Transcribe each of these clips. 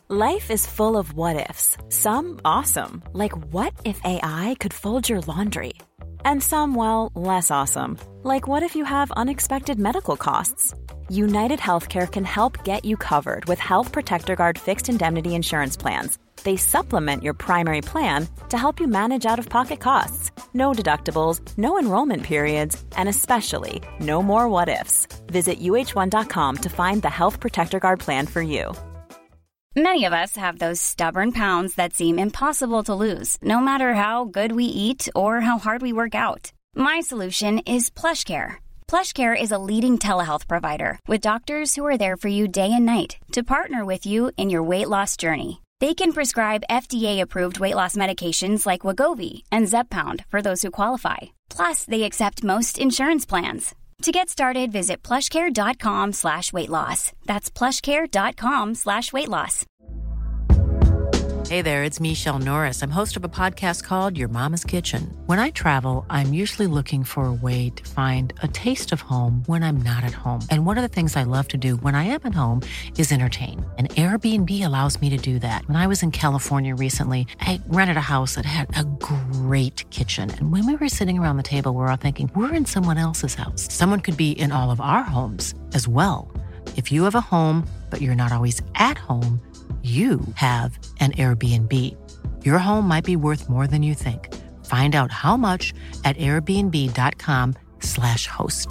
Life is full of what-ifs. Some awesome, like what if AI could fold your laundry? And some, well, less awesome, like what if you have unexpected medical costs? United Healthcare can help get you covered with Health Protector Guard fixed indemnity insurance plans. They supplement your primary plan to help you manage out-of-pocket costs. No deductibles, no enrollment periods, and especially no more what-ifs. Visit uh1.com to find the Health Protector Guard plan for you. Many of us have those stubborn pounds that seem impossible to lose, no matter how good we eat or how hard we work out. My solution is PlushCare. PlushCare is a leading telehealth provider with doctors who are there for you day and night to partner with you in your weight loss journey. They can prescribe FDA-approved weight loss medications like Wegovy and Zepbound for those who qualify. Plus, they accept most insurance plans. To get started, visit plushcare.com/weightloss. That's plushcare.com/weightloss. Hey there, it's Michelle Norris. I'm host of a podcast called Your Mama's Kitchen. When I travel, I'm usually looking for a way to find a taste of home when I'm not at home. And one of the things I love to do when I am at home is entertain. And Airbnb allows me to do that. When I was in California recently, I rented a house that had a great kitchen. And when we were sitting around the table, we were all thinking, we're in someone else's house. Someone could be in all of our homes as well. If you have a home, but you're not always at home, you have an Airbnb. Your home might be worth more than you think. Find out how much at airbnb.com/host.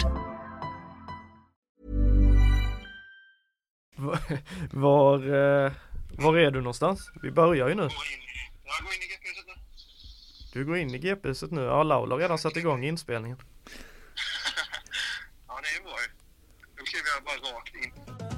Var är du någonstans? Vi börjar ju nu. Jag går in i GP-huset nu. Du går in i GP-huset nu? Ja, Laula har redan satt igång inspelningen. Ja, det är ju bra. Då kliver jag bara rakt in.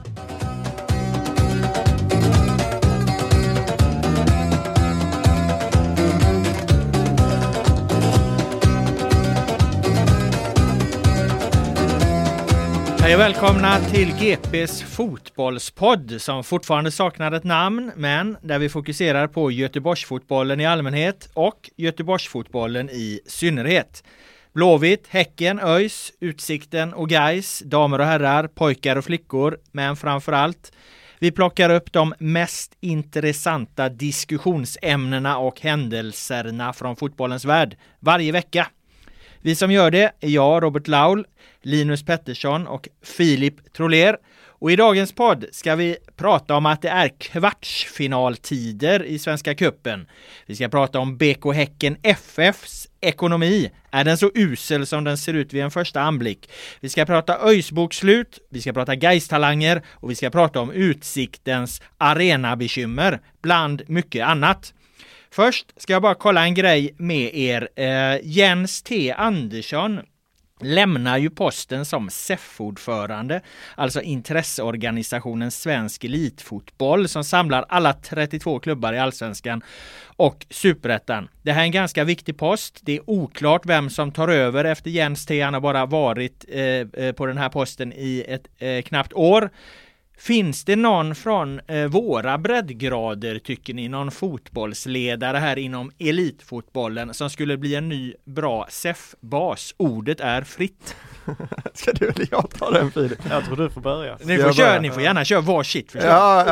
Hej och välkomna till GPs fotbollspodd som fortfarande saknar ett namn, men där vi fokuserar på Göteborgsfotbollen i allmänhet och Göteborgsfotbollen i synnerhet. Blåvitt, Häcken, ÖIS, Utsikten och Gais, damer och herrar, pojkar och flickor, men framförallt vi plockar upp de mest intressanta diskussionsämnena och händelserna från fotbollens värld varje vecka. Vi som gör det är jag, Robert Laul, Linus Pettersson och Filip Troler. Och i dagens podd ska vi prata om att det är kvartsfinaltider i Svenska cupen. Vi ska prata om BK Häcken FFs ekonomi. Är den så usel som den ser ut vid en första anblick? Vi ska prata ÖIS-bokslut, vi ska prata Gais-talanger och vi ska prata om Utsiktens arenabekymmer, bland mycket annat. Först ska jag bara kolla en grej med er. Jens T. Andersson lämnar ju posten som SEF-ordförande, alltså intresseorganisationen Svensk Elitfotboll som samlar alla 32 klubbar i Allsvenskan och Superettan. Det här är en ganska viktig post. Det är oklart vem som tar över efter Jens T. Han har bara varit på den här posten i ett knappt år. Finns det någon från våra breddgrader, tycker ni, någon fotbollsledare här inom elitfotbollen som skulle bli en ny bra SEF-bas? Ordet är fritt. Ska du eller jag ta den, Filip? Jag tror du får börja. Ni får gärna köra varsitt förslag.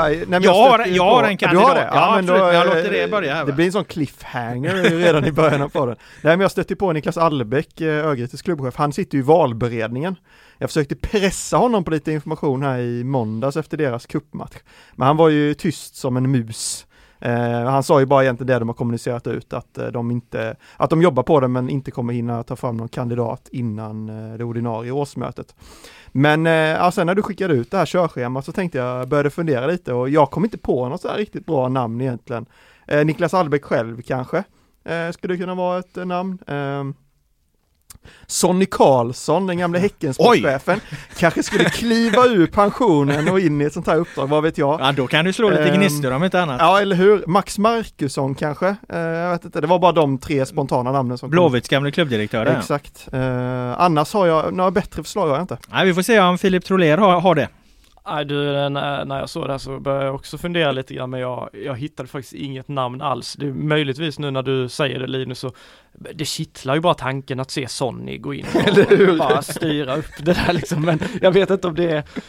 Jag har en kandidat. Ja, men då, jag låter det börja här. Det blir en sån cliffhanger redan i början av podden. Nej, men jag stötte på Niklas Allbäck, Örgrytes klubbchef. Han sitter ju i valberedningen. Jag försökte pressa honom på lite information här i måndags efter deras cupmatch. Men han var ju tyst som en mus. Han sa ju bara egentligen det de har kommunicerat ut, att de jobbar på det men inte kommer hinna ta fram någon kandidat innan det ordinarie årsmötet. Men sen när du skickade ut det här körschemat så tänkte jag, började fundera lite, och jag kom inte på något så här riktigt bra namn egentligen. Niklas Allbäck själv kanske skulle kunna vara ett namn. Sonny Karlsson, den gamla Häckensportchefen, kanske skulle kliva ur pensionen och in i ett sånt här uppdrag, vad vet jag. Ja, då kan du slå lite gnistor om inte annat. Ja, eller hur? Max Markusson kanske. Jag vet inte, det var bara de 3 spontana namnen som Blåvitts gamla klubbdirektör. Exakt. Annars har jag några bättre förslag, har jag inte. Nej, vi får se om Filip Troler har det. När jag såg det här så började jag också fundera lite grann, men jag hittade faktiskt inget namn alls. Det är möjligtvis nu när du säger det, Linus, så det kittlar ju bara tanken att se Sonny gå in och bara styra upp det där liksom. Men jag vet inte om det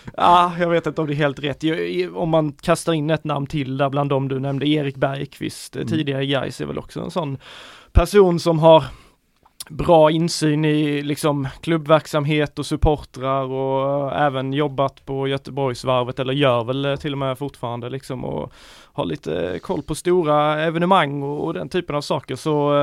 är helt rätt. Om man kastar in ett namn till där bland dem du nämnde, Erik Bergqvist, tidigare Gais, är väl också en sån person som har bra insyn i liksom klubbverksamhet och supportrar och även jobbat på Göteborgsvarvet, eller gör väl till och med fortfarande liksom, och har lite koll på stora evenemang och den typen av saker, så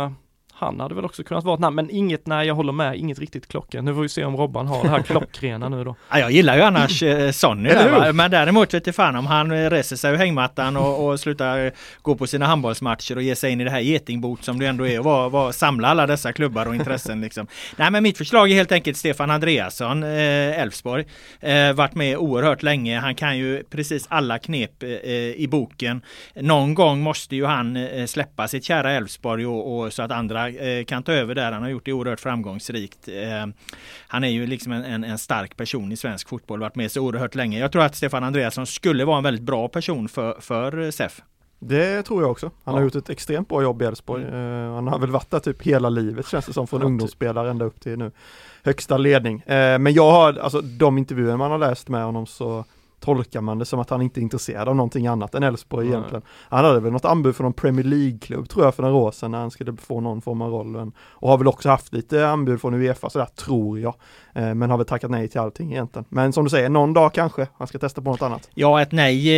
han hade väl också kunnat vara ett namn, men jag håller med, inget riktigt klockan. Nu får vi se om Robban har det här klockrena nu då. Ja, jag gillar ju annars Sonny där, men däremot vet jag fan om han reser sig ur hängmattan och slutar gå på sina handbollsmatcher och ge sig in i det här getingbot som det ändå är och samla alla dessa klubbar och intressen liksom. Nej, men mitt förslag är helt enkelt Stefan Andreasson, Elfsborg. Varit med oerhört länge. Han kan ju precis alla knep i boken. Någon gång måste ju han släppa sitt kära Elfsborg och så att andra kan ta över där. Han har gjort det oerhört framgångsrikt. Han är ju liksom en stark person i svensk fotboll, varit med så oerhört länge. Jag tror att Stefan Andreasson skulle vara en väldigt bra person för SEF. Det tror jag också. Han har gjort ett extremt bra jobb i Elfsborg. Han har väl varit där typ hela livet, känns det som, från ungdomsspelare ända upp till nu högsta ledning. Men jag har, alltså de intervjuer man har läst med honom, så tolkar man det som att han inte är intresserad av någonting annat än Elfsborg egentligen. Han hade väl något anbud för någon Premier League-klubb, tror jag, för några år sedan när han skulle få någon form av roll. Och har väl också haft lite anbud från UEFA, sådär tror jag. Men har väl tackat nej till allting egentligen. Men som du säger, någon dag kanske han ska testa på något annat. Ja, ett nej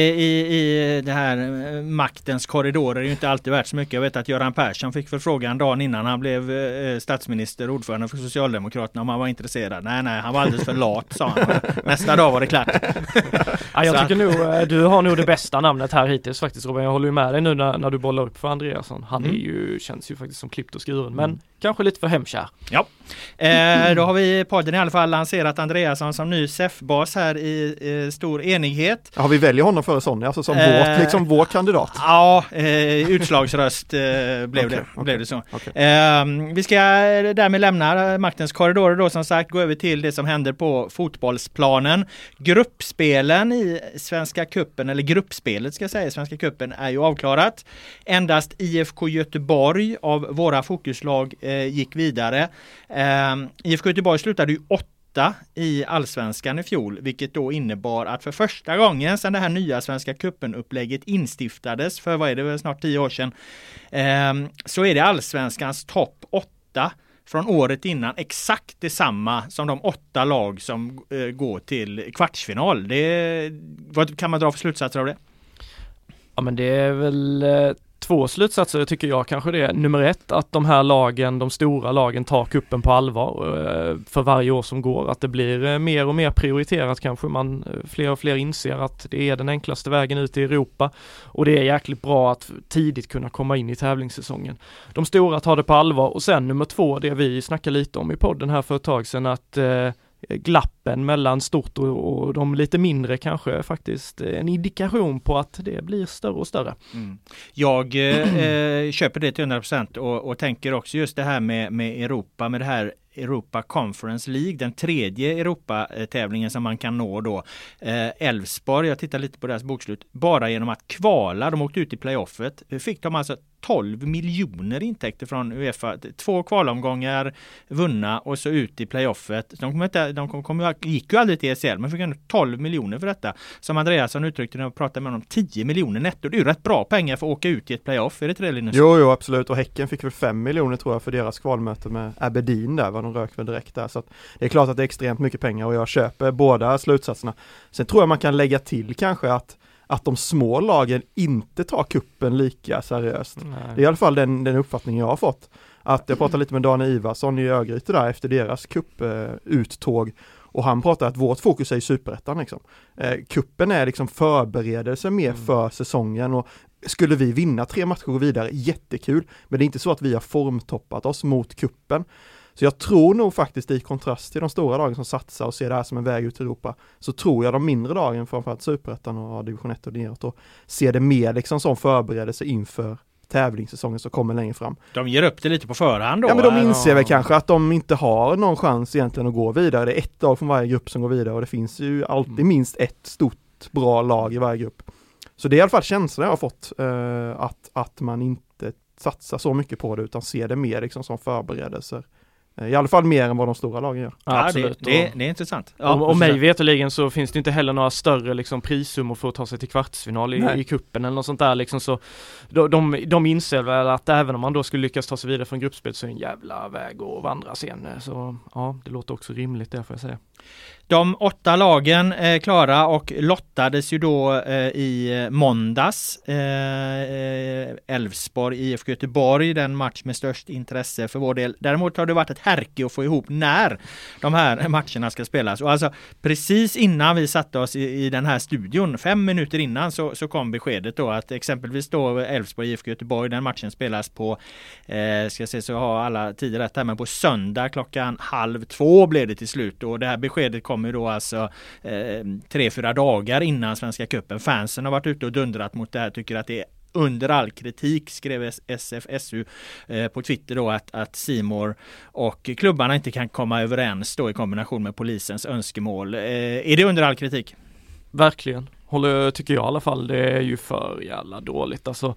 i det här maktens korridorer är ju inte alltid värt så mycket. Jag vet att Göran Persson fick förfrågan dagen innan han blev statsminister, ordförande för Socialdemokraterna, om han var intresserad. Nej, han var alldeles för lat, sa han. Nästa dag var det klart. Ja, jag tycker nog, du har nog det bästa namnet här hittills faktiskt, Robin. Jag håller ju med dig nu när du bollar upp för Andreasson. Han är ju, känns ju faktiskt som klippt och skuren, men kanske lite för hemkär. Ja, då har vi i podden i alla fall lanserat Andreasson som ny SEF-bas här i stor enighet. Ja, vi väljer honom före Sonny, alltså som vår kandidat. Ja, utslagsröst blev det så. Okay. Vi ska därmed lämna maktens korridorer då, som sagt, gå över till det som händer på fotbollsplanen. Gruppspelen i Svenska cupen, eller gruppspelet ska jag säga, Svenska cupen är ju avklarat. Endast IFK Göteborg av våra fokuslag gick vidare. IFK Göteborg slutade ju 8 i Allsvenskan i fjol, vilket då innebar att för första gången sedan det här nya Svenska cupen-upplägget instiftades för, vad är det väl, snart 10 år sedan, så är det Allsvenskans topp 8 från året innan exakt detsamma som de 8 lag som går till kvartsfinal. Vad kan man dra för slutsatser av det? Ja, men det är väl 2 slutsatser tycker jag kanske det är. Nummer 1, att de här lagen, de stora lagen, tar kuppen på allvar för varje år som går. Att det blir mer och mer prioriterat kanske. Fler och fler inser att det är den enklaste vägen ut i Europa. Och det är jäkligt bra att tidigt kunna komma in i tävlingssäsongen. De stora tar det på allvar. Och sen nummer 2, det vi snackade lite om i podden här för ett tag sedan, att glappen mellan stort och de lite mindre kanske faktiskt en indikation på att det blir större och större. Jag köper det till 100% och tänker också just det här med Europa, med det här Europa Conference League, den 3:e Europa-tävlingen som man kan nå då. Elfsborg, jag tittar lite på deras bokslut, bara genom att kvala, de åkte ut i playoffet, fick de alltså 12 miljoner intäkter från UEFA. 2 kvalomgångar vunna och så ut i playoffet. De gick ju aldrig till ECL, men fick ändå 12 miljoner för detta. Som Andreasson uttryckte när jag pratade med honom, 10 miljoner netto. Det är ju rätt bra pengar för att åka ut i ett playoff. Är det inte det, Linus? Jo, absolut. Och Häcken fick väl 5 miljoner tror jag för deras kvalmöte med Aberdeen där. De rök väl direkt där. Så att det är klart att det är extremt mycket pengar och jag köper båda slutsatserna. Sen tror jag man kan lägga till kanske att de små lagen inte tar kuppen lika seriöst. Nej. Det är i alla fall den uppfattningen jag har fått. Att jag pratade lite med Daniel Ivarsson i Örgryte där efter deras kupputtåg och han pratar att vårt fokus är i Superettan liksom. Kuppen är liksom förberedelse mer för säsongen och skulle vi vinna 3 matcher och gå vidare, jättekul. Men det är inte så att vi har formtoppat oss mot kuppen. Så jag tror nog faktiskt i kontrast till de stora lagen som satsar och ser det här som en väg ut i Europa, så tror jag de mindre lagen, framförallt Superettan och division 1 och neråt, och ser det mer liksom som förberedelse inför tävlingssäsongen som kommer längre fram. De ger upp det lite på förhand då? Ja, men de inser väl kanske att de inte har någon chans egentligen att gå vidare. Det är ett lag från varje grupp som går vidare och det finns ju alltid minst ett stort bra lag i varje grupp. Så det är i alla fall känslan jag har fått att man inte satsar så mycket på det utan ser det mer liksom som förberedelser. I alla fall mer än vad de stora lagen gör. Ja, absolut. Det är intressant. Ja, och mig veteligen så finns det inte heller några större liksom, prissummor för att ta sig till kvartsfinal i kuppen eller något sånt där. Liksom, så de inser väl att även om man då skulle lyckas ta sig vidare från gruppspel så är det en jävla väg att vandra sen. Så ja, det låter också rimligt, det får jag säga. De 8 lagen är klara och lottades ju då i måndags. Elfsborg, IFK Göteborg, den match med störst intresse för vår del. Däremot har det varit ett härke att få ihop när de här matcherna ska spelas. Och alltså precis innan vi satte oss i den här studion, 5 minuter innan så kom beskedet då att exempelvis då Elfsborg, IFK Göteborg, den matchen spelas på, ska jag se så jag har alla tider rätt här, men på söndag 1:30 blev det till slut. Och det här beskedet kommer då alltså 3-4 dagar innan Svenska cupen. Fansen har varit ute och dundrat mot det här, tycker att det är under all kritik, skrev SFSU på Twitter då att C-more och klubbarna inte kan komma överens då i kombination med polisens önskemål. Är det under all kritik? Verkligen. Tycker jag i alla fall, det är ju för jävla dåligt. Alltså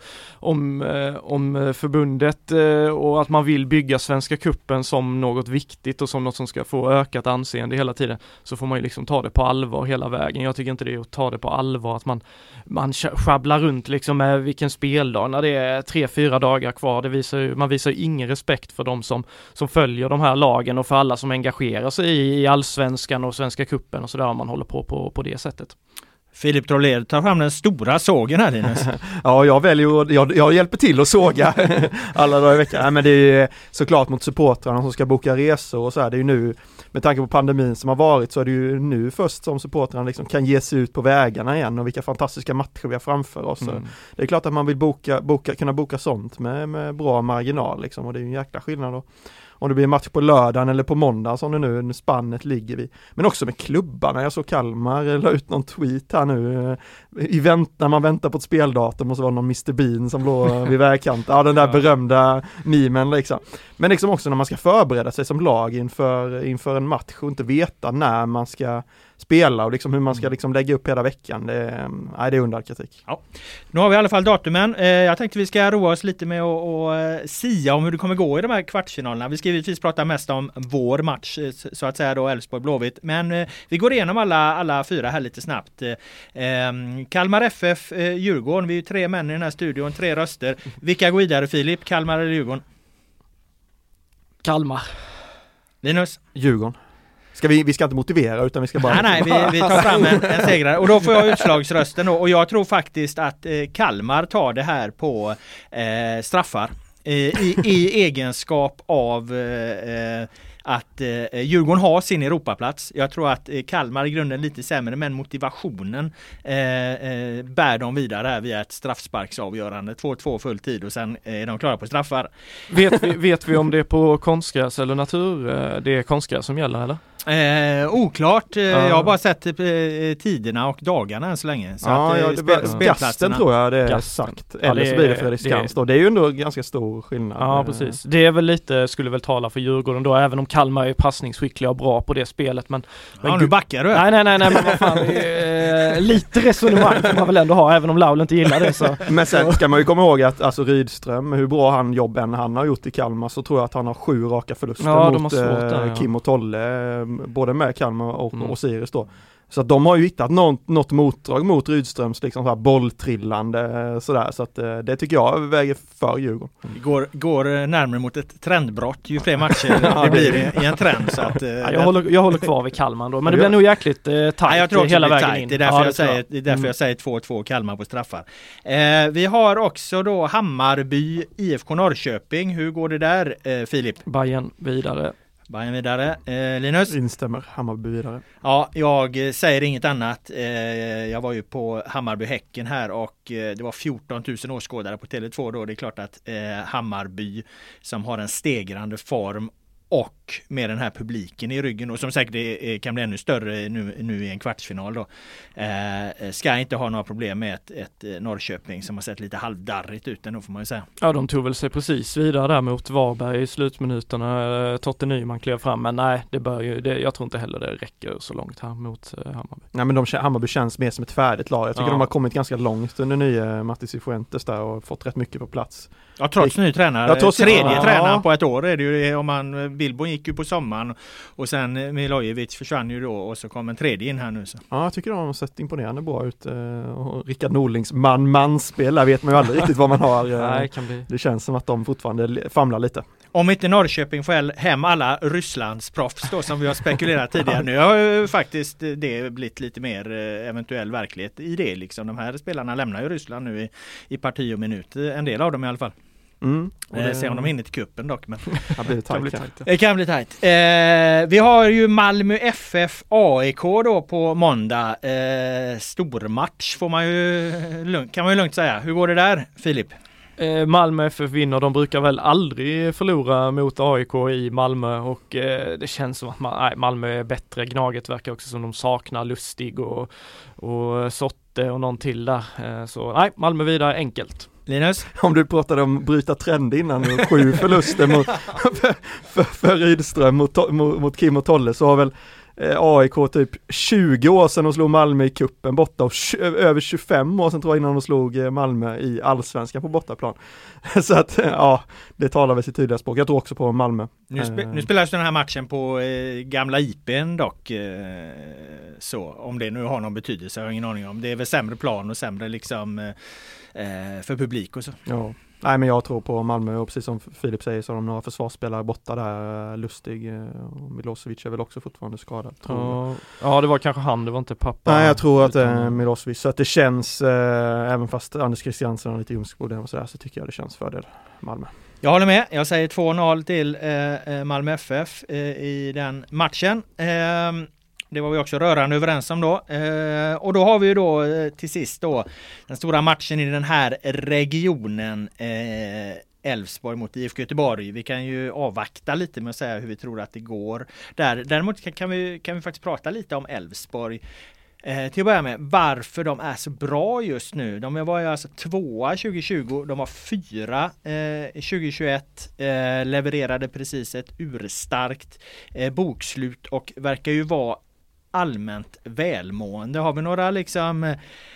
om förbundet och att man vill bygga Svenska cupen som något viktigt och som något som ska få ökat anseende hela tiden, så får man ju liksom ta det på allvar hela vägen. Jag tycker inte det är att ta det på allvar att man sjabblar runt liksom med vilken speldag när det är 3-4 dagar kvar. Man visar ju ingen respekt för de som följer de här lagen och för alla som engagerar sig i allsvenskan och Svenska cupen och sådär, om man håller på det sättet. Filip Troller tar fram den stora sågen här, Linus. Ja, jag hjälper till att såga alla dagar i veckan. Nej, men det är såklart mot supportrarna som ska boka resor och så här. Det är ju nu, med tanke på pandemin som har varit, så är det ju nu först som supportrarna liksom kan ge sig ut på vägarna igen och vilka fantastiska matcher vi har framför oss. Så det är klart att man vill kunna boka sånt med bra marginal liksom, och det är ju en jäkla skillnad då. Om det blir match på lördagen eller på måndag som det nu spannet ligger vid. Men också med klubbarna. Jag såg Kalmar la ut någon tweet här nu. När man väntar på ett speldatum och så var det någon Mr. Bean som låg vid vägkanten. Ja, den där berömda memen liksom. Men liksom också när man ska förbereda sig som lag inför en match och inte veta när man ska spela och liksom hur man ska liksom lägga upp hela veckan. Det är under kritik. Ja. Nu har vi i alla fall datumen. Jag tänkte vi ska roa oss lite med att sia om hur det kommer gå i de här kvartsfinalerna. Vi ska givetvis prata mest om vår match, så att säga då, Elfsborg-Blåvitt. Men vi går igenom alla 4 här lite snabbt. Kalmar FF, Djurgården. Vi är ju 3 män i den här studion, 3 röster. Vilka går vidare, Filip? Kalmar eller Djurgården? Kalmar. Linus? Djurgården. Vi ska inte motivera utan vi ska bara... Nej, vi tar fram en segrare. Och då får jag utslagsrösten då. Och jag tror faktiskt att Kalmar tar det här på straffar. I egenskap av att Djurgården har sin Europaplats. Jag tror att Kalmar i grunden är lite sämre, men motivationen bär de vidare här via ett straffsparksavgörande. 2-2 full tid och sen är de klara på straffar. Vet vi om det är på konstgräs eller natur? Det är konstgräs som gäller, eller? Oklart. Jag har bara sett tiderna och dagarna än så länge. Så Gasten tror jag det är sagt. Eller så blir det Fredriksskans då. Det är ju ändå ganska stor skillnad. Ja, precis. Det är väl lite, skulle väl tala för Djurgården då, även om Kalmar är passningsskickliga och bra på det spelet. Men nu backar du. Nej, men vad fan. Lite resonemang kan man väl ändå ha, även om Laul inte gillar det. Så. Men sen ska man ju komma ihåg att alltså Rydström, hur bra jobben han har gjort i Kalmar, så tror jag att han har 7 raka förluster mot Kim och Tolle, både med Kalmar och Sirius då. Så att de har ju hittat något motdrag mot Rydströms liksom så här bolltrillande sådär, så att det tycker jag väger för Djurgården. Går närmare mot ett trendbrott ju fler matcher det blir i en trend, så att jag håller kvar vid Kalmar då, men det blir nog jäkligt tajt jag tror hela vägen tajt. in. Det är därför jag säger 2-2 Kalmar på straffar. Vi har också då Hammarby IFK Norrköping. Hur går det där, Filip? Bayern vidare. Linus? Instämmer, Hammarby vidare. Ja, jag säger inget annat. Jag var ju på Hammarby-Häcken här och det var 14 000 åskådare på Tele2 då. Det är klart att Hammarby, som har en stegrande form och med den här publiken i ryggen och som säkert kan bli ännu större nu i en kvartsfinal då, ska inte ha några problem med ett Norrköping som har sett lite halvdarrigt ut ändå, får man ju säga. Ja, de tog väl sig precis vidare där mot Varberg i slutminuterna. Totte Nyman klev fram, men nej, jag tror inte heller det räcker så långt här mot Hammarby. Nej, men Hammarby känns mer som ett färdigt lag. Jag tycker de har kommit ganska långt under nya Matti Cifuentes där och fått rätt mycket på plats. Ja, trots ny tränare. Tredje tränaren på ett år är det ju, om man Bilbo gick ju på sommaren och sen Milojevic försvann ju då och så kom en tredje in här nu. Så. Ja, jag tycker de har sett imponerande bra ut. Och Rickard Norlings man-spel, där vet man ju aldrig riktigt vad man har. Nej, det känns som att de fortfarande famlar lite. Om inte Norrköping får hem alla Rysslands proffs då, som vi har spekulerat tidigare. Nu har ju faktiskt det blivit lite mer eventuell verklighet i det. Liksom. De här spelarna lämnar ju Ryssland nu i parti och minut. En del av dem i alla fall. Se om de hinner till kuppen dock. Men det kan bli tajt. Vi har ju Malmö FF AIK då på måndag. Stormatch kan man ju lugnt säga. Hur går det där, Filip? Malmö FF vinner, de brukar väl aldrig förlora mot AIK i Malmö och det känns som att Malmö är bättre. Gnaget verkar också som de saknar Lustig och Sotte och någon till där. Så nej, Malmö vidare enkelt. Linus? Om du pratade om bryta trend innan och 7 förluster för Rydström mot Kim och Tolle, så har väl AIK typ 20 år sedan de slog Malmö i kuppen borta och över 25 år sedan tror jag innan de slog Malmö i allsvenskan på bortaplan. Så att det talar väl sitt tydliga språk. Jag tror också på Malmö. Nu spelas den här matchen på gamla IP:n dock, så om det nu har någon betydelse har jag ingen aning om. Det är väl sämre plan och sämre liksom för publik och så. Ja. Nej, men jag tror på Malmö och precis som Filip säger så har de några försvarsspelare borta där. Lustig och Milosevic är väl också fortfarande skadad. Ja, det var kanske han, det var inte pappa. Nej, jag tror att det är Milosevic. Så att det känns, även fast Anders Christiansen har lite ljumskproblem och sådär, så tycker jag det känns fördel Malmö. Jag håller med. Jag säger 2-0 till Malmö FF i den matchen. Det var vi också rörande överens om då. Och då har vi ju då till sist då den stora matchen i den här regionen, Elfsborg mot IFK Göteborg. Vi kan ju avvakta lite med att säga hur vi tror att det går där. Däremot kan vi faktiskt prata lite om Elfsborg. Till att börja med, varför de är så bra just nu. De var ju alltså 2 2020, de var 4 2021, levererade precis ett urstarkt bokslut och verkar ju vara allmänt välmående. Har vi några liksom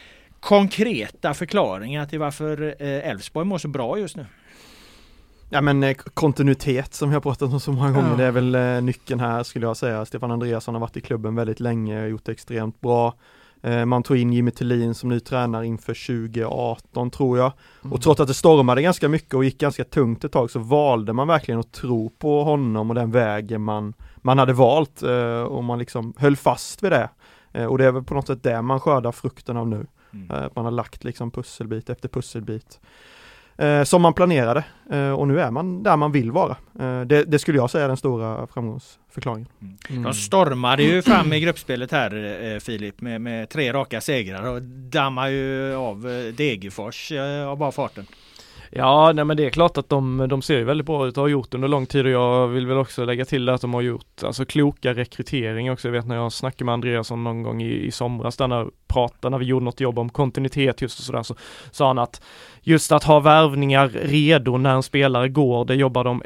konkreta förklaringar till varför Elfsborg mår så bra just nu? Ja, men kontinuitet som jag pratat om så många gånger, det är väl nyckeln här skulle jag säga. Stefan Andreasson har varit i klubben väldigt länge och gjort det extremt bra. Man tog in Jimmy Tillin som ny tränare inför 2018 tror jag. Och trots att det stormade ganska mycket och gick ganska tungt ett tag så valde man verkligen att tro på honom och den vägen man hade valt och man liksom höll fast vid det. Och det är väl på något sätt det man skördar frukten av nu. Man har lagt liksom pusselbit efter pusselbit. Som man planerade och nu är man där man vill vara. Det skulle jag säga är den stora framgångsförklaringen. De stormade ju fram i gruppspelet här, Filip, med 3 raka segrar och dammar ju av Degerfors av bara farten. Ja, nej, men det är klart att de ser ju väldigt bra ut och har gjort under lång tid och jag vill väl också lägga till att de har gjort alltså kloka rekrytering också. Jag vet när jag snackade med Andreasson någon gång i somras där när vi gjorde något jobb om kontinuitet just och sådär, så sa han att just att ha värvningar redo när en spelare går, det jobbar de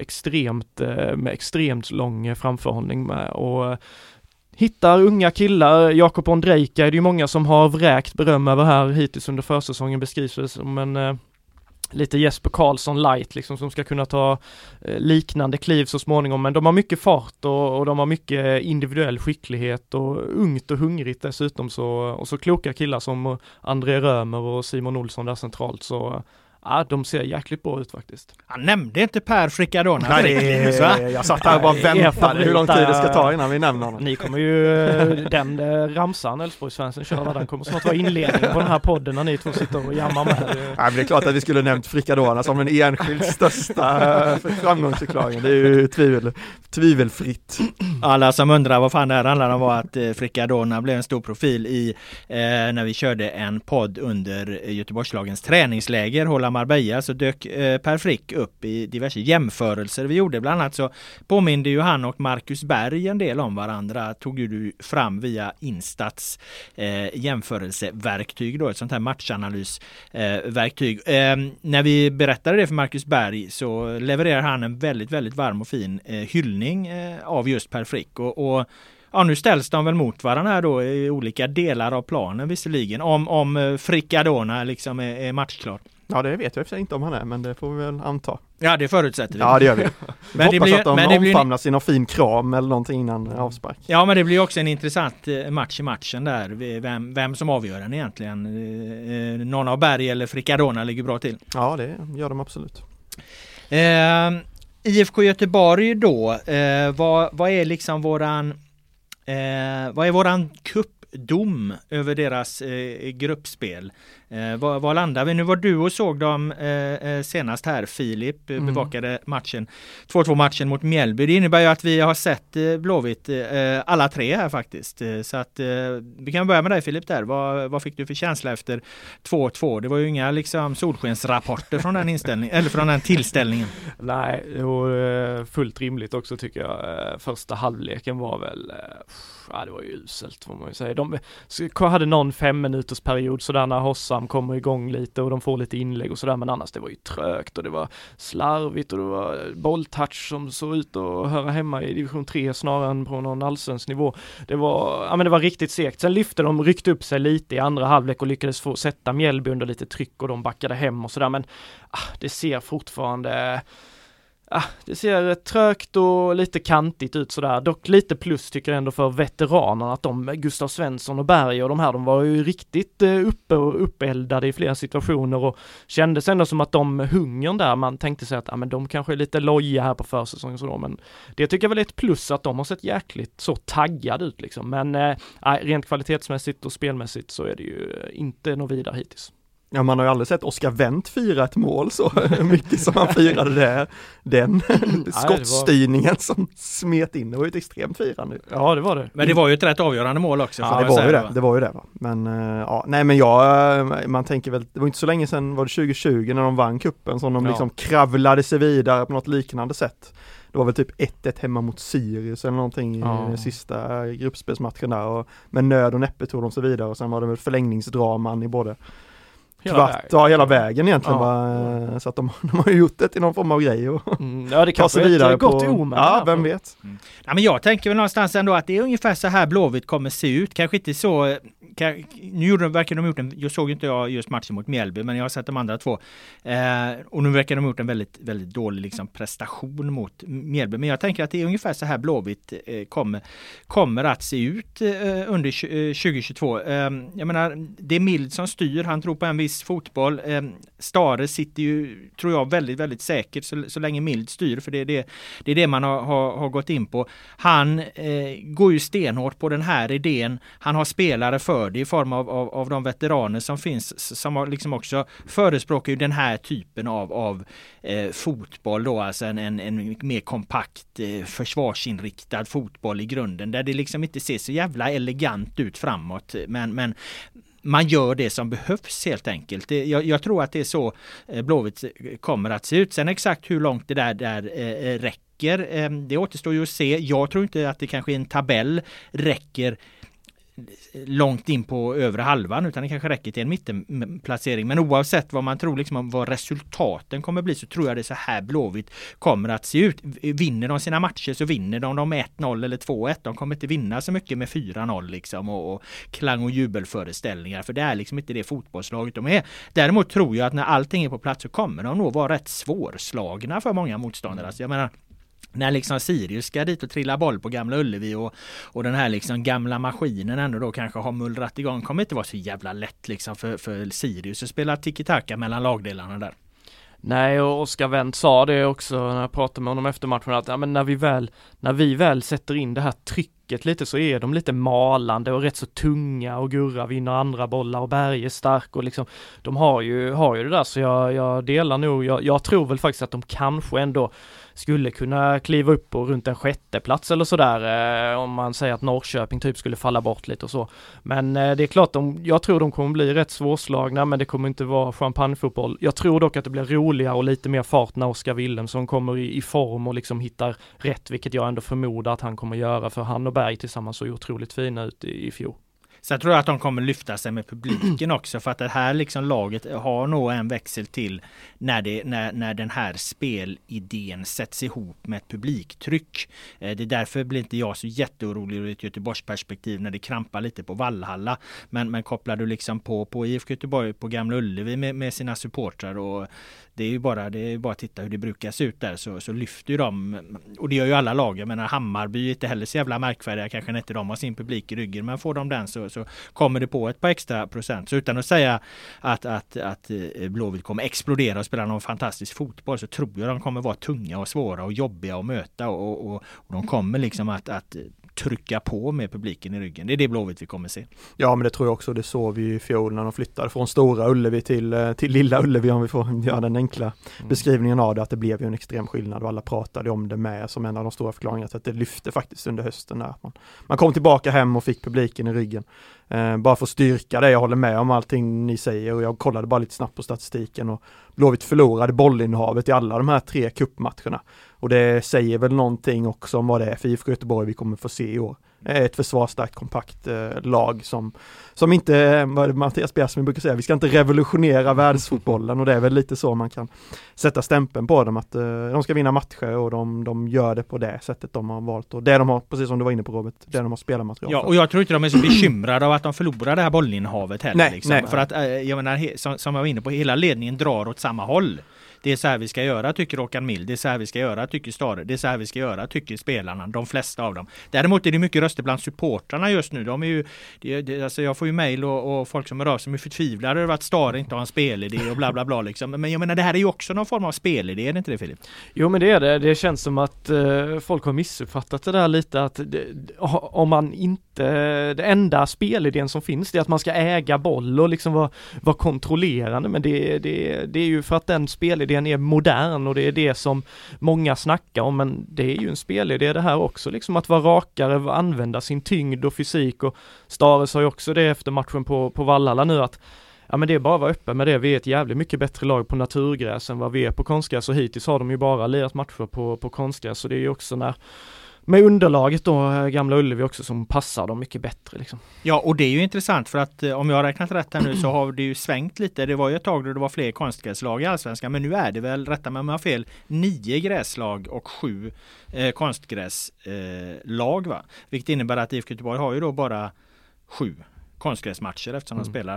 med extremt lång framförhållning med och hittar unga killar. Jakob Ondrejka är det ju många som har vräkt beröm över här hittills under försäsongen, beskrivs som en lite Jesper Karlsson light liksom, som ska kunna ta liknande kliv så småningom, men de har mycket fart och de har mycket individuell skicklighet och ungt och hungrigt dessutom, och så kloka killar som André Römer och Simon Olsson där centralt, så ja, de ser jäkligt bra ut faktiskt. Han nämnde inte Per Fricadona. Jag satt här och bara väntade hur lång tid det ska ta innan vi nämner honom. Ni kommer ju den ramsan Elfsborgsfansen kör, den kommer snart vara inledningen på den här podden när ni två sitter och jammar med. Nej, men det är klart att vi skulle nämnt Fricadona som den enskilt största framgångsförklaringen. Det är ju tvivelfritt. Alla som undrar vad fan det här handlar om var att Fricadona blev en stor profil i när vi körde en podd under Göteborgslagens träningsläger. Hålla borta Marbella så dök Per Frick upp i diverse jämförelser vi gjorde. Bland annat så påminde ju han och Marcus Berg en del om varandra. Tog ju du fram via Instats jämförelseverktyg då, ett sånt här matchanalysverktyg. När vi berättade det för Marcus Berg så levererar han en väldigt, väldigt varm och fin hyllning av just Per Frick och ja, nu ställs de väl mot varandra här då i olika delar av planen visserligen. Om Frickadona liksom är matchklart. Ja, det vet jag inte om han är, men det får vi väl anta. Ja, det förutsätter vi. Ja, det gör vi. Men hoppas blir, att de omfamnas i någon fin kram eller någonting innan avspark. Ja, men det blir också en intressant match i matchen där. Vem som avgör den egentligen. Någon av Berg eller Frickadona ligger bra till. Ja, det gör de absolut. IFK Göteborg då. Vad är liksom vad är våran cupdom över deras gruppspel? Vad landar vi? Nu var du och såg dem senast här, Filip bevakade matchen 2-2 matchen mot Mjällby. Det innebär ju att vi har sett Blåvitt alla tre här faktiskt. Så att vi kan börja med dig Filip där. Vad fick du för känsla efter 2-2? Det var ju inga liksom solskensrapporter från den inställningen eller från den tillställningen. Nej, det var fullt rimligt också tycker jag. Första halvleken var väl det var ju uselt får man ju säga. De hade någon 5 minuters period sådär när Hossam kommer igång lite och de får lite inlägg och sådär, men annars det var ju trögt och det var slarvigt och det var bolltouch som såg ut att höra hemma i division 3 snarare än på någon allsvensk nivå. Det var riktigt segt. Sen ryckte upp sig lite i andra halvlek och lyckades få sätta Mjällby under lite tryck och de backade hem och sådär, men det ser fortfarande det ser trögt och lite kantigt ut sådär. Dock lite plus tycker jag ändå för veteranerna att Gustav Svensson och Berg och de här, de var ju riktigt uppe och uppeldade i flera situationer och kändes ändå som att de hungern där, man tänkte sig att men de kanske är lite loja här på försäsongen så då, men det tycker jag väl är ett plus att de har sett jäkligt så taggade ut liksom. Men rent kvalitetsmässigt och spelmässigt så är det ju inte något vidare hittills. Ja, man har ju aldrig sett Oskar Wendt fira ett mål så mycket som han firade där. Den skottstyrningen som smet in, det var ju ett extremt firande. Ja, det var det. Men det var ju ett rätt avgörande mål också. Ja, det var ju det va. Men man tänker väl, det var inte så länge sedan, var det 2020 när de vann kuppen som de liksom kravlade sig vidare på något liknande sätt. Det var väl typ 1-1 hemma mot Sirius eller någonting i den sista gruppspelsmatchen där. Och med nöd och näppe tog de sig vidare och sen var det väl förlängningsdraman i både hela vägen egentligen. Så att de har gjort det till någon form av grej och det kanske vidare gått omen. Ja, vem vet. Ja, men jag tänker väl någonstans ändå att det är ungefär så här Blåvitt kommer se ut. Kanske inte så jag såg inte just matchen mot Mjällby, men jag har sett de andra två. Och nu verkar de ha gjort en väldigt, väldigt dålig liksom, prestation mot Mjällby. Men jag tänker att det är ungefär så här Blåvitt kommer att se ut under 2022. Jag menar, det är Mild som styr. Han tror på en viss fotboll. Stare sitter ju, tror jag, väldigt, väldigt säkert så länge Mild styr. För det är det man har gått in på. Han går ju stenhårt på den här idén. Han har spelare för det i form av de veteraner som finns, som har liksom också förespråkar ju den här typen av fotboll då, alltså en mer kompakt försvarsinriktad fotboll i grunden, där det liksom inte ser så jävla elegant ut framåt, men man gör det som behövs helt enkelt. Jag tror att det är så Blåvitt kommer att se ut. Sen exakt hur långt det där räcker, det återstår ju att se. Jag tror inte att det kanske i en tabell räcker långt in på övre halvan, utan det kanske räcker till en mittenplacering. Men oavsett vad man tror liksom, vad resultaten kommer bli, så tror jag det är så här Blåvitt kommer att se ut. Vinner de sina matcher så vinner de med 1-0 eller 2-1. De kommer inte vinna så mycket med 4-0 liksom, och klang- och jubelföreställningar, för det är liksom inte det fotbollslaget de är. Däremot tror jag att när allting är på plats så kommer de nog vara rätt svårslagna för många motståndare. Alltså, jag menar, när liksom Sirius ska dit och trilla boll på Gamla Ullevi och den här liksom gamla maskinen ändå då kanske har mullrat igång, kommer inte vara så jävla lätt liksom för Sirius att spela tiki-taka mellan lagdelarna där. Nej, och Oskar Wendt sa det också när jag pratade med honom efter matchen, att men när vi väl sätter in det här trycket trycket lite så är de lite malande och rätt så tunga och Gurra vinner andra bollar och Berg är stark och liksom de har ju det där så jag delar nog, jag tror väl faktiskt att de kanske ändå skulle kunna kliva upp på runt en 6:e plats eller sådär om man säger att Norrköping typ skulle falla bort lite och så. Men det är klart, jag tror de kommer bli rätt svårslagna men det kommer inte vara champagnefotboll. Jag tror dock att det blir roligare och lite mer fart när Oskar Wilhelmsson kommer i form och liksom hittar rätt, vilket jag ändå förmodar att han kommer göra för han och Berg tillsammans så otroligt fina ut i fjol. Så jag tror att de kommer lyfta sig med publiken också för att det här liksom laget har nog en växel till när den här spelidén sätts ihop med ett publiktryck. Det är därför blir inte jag så jätteorolig ur ett Göteborgs perspektiv när det krampar lite på Valhalla. Men kopplar du liksom på IFK Göteborg på Gamla Ullevi med sina supportrar och det är ju bara att titta hur det brukar se ut där så lyfter ju de, och det gör ju alla lag. Jag menar Hammarby är inte heller så jävla märkvärdiga, kanske inte de har sin publik i ryggen, men får de den så kommer det på ett par extra procent. Så utan att säga att Blåvitt kommer explodera och spela någon fantastisk fotboll så tror jag de kommer vara tunga och svåra och jobbiga att möta och de kommer liksom att trycka på med publiken i ryggen. Det är det Blåvitt vi kommer se. Ja, men det tror jag också. Det såg vi i fjol när de flyttade från Stora Ullevi till Lilla Ullevi, om vi får göra den enkla beskrivningen av det, att det blev ju en extrem skillnad och alla pratade om det med som en av de stora förklaringarna, att det lyfte faktiskt under hösten när man kom tillbaka hem och fick publiken i ryggen. Bara för att styrka det, jag håller med om allting ni säger och jag kollade bara lite snabbt på statistiken och Blåvitt förlorade bollinnehavet i alla de här 3 cupmatcherna. Och det säger väl någonting också om vad det är för IFK Göteborg vi kommer få se i år. Ett försvarsstarkt, kompakt lag som inte, vad Mattias Bjärsmyr brukar säga, vi ska inte revolutionera världsfotbollen och det är väl lite så man kan sätta stämpeln på dem, att de ska vinna matcher och de gör det på det sättet de har valt och det de har, precis som du var inne på Robert, det de har spelarmaterial. Ja, och jag tror inte de är så bekymrade av att de förlorar det här bollinnehavet heller. Nej, liksom. nej. För att, jag menar, som jag var inne på, hela ledningen drar åt samma håll. Det är så här vi ska göra, tycker Håkan Mild. Det är så här vi ska göra, tycker Stare. Det är så här vi ska göra, tycker spelarna. De flesta av dem. Däremot är det mycket röster bland supportrarna just nu. De är ju, alltså jag får ju mejl och folk som är av som är förtvivlade över att Stare inte har en spelidé och bla bla bla liksom. Men jag menar, det här är ju också någon form av spelidé, är det inte det, Filip? Jo, men det är det. Det känns som att folk har missuppfattat det där lite, att om man inte, det enda spelidén som finns, det är att man ska äga boll och liksom vara kontrollerande, men det är ju för att den spelidén är modern och det är det som många snackar om, men det är ju en spelidé det här också, liksom att vara rakare, använda sin tyngd och fysik, och Stare sa ju också det efter matchen på Valhalla nu, att ja, men det är bara att vara öppen med det. Vi är ett jävligt mycket bättre lag på naturgräs än vad vi är på konstgräs, och hittills har de ju bara lirat matcher på konstgräs, så det är ju också med underlaget då, Gamla Ullevi också, som passar dem mycket bättre liksom. Ja, och det är ju intressant för att om jag har räknat rätt här nu så har det ju svängt lite. Det var ju ett tag då det var fler konstgräslag i Allsvenskan, men nu är det väl, rätta mig om jag har fel, 9 gräslag och 7 konstgräslag, va? Vilket innebär att IFK Göteborg har ju då bara 7 konstgräsmatcher eftersom de spelar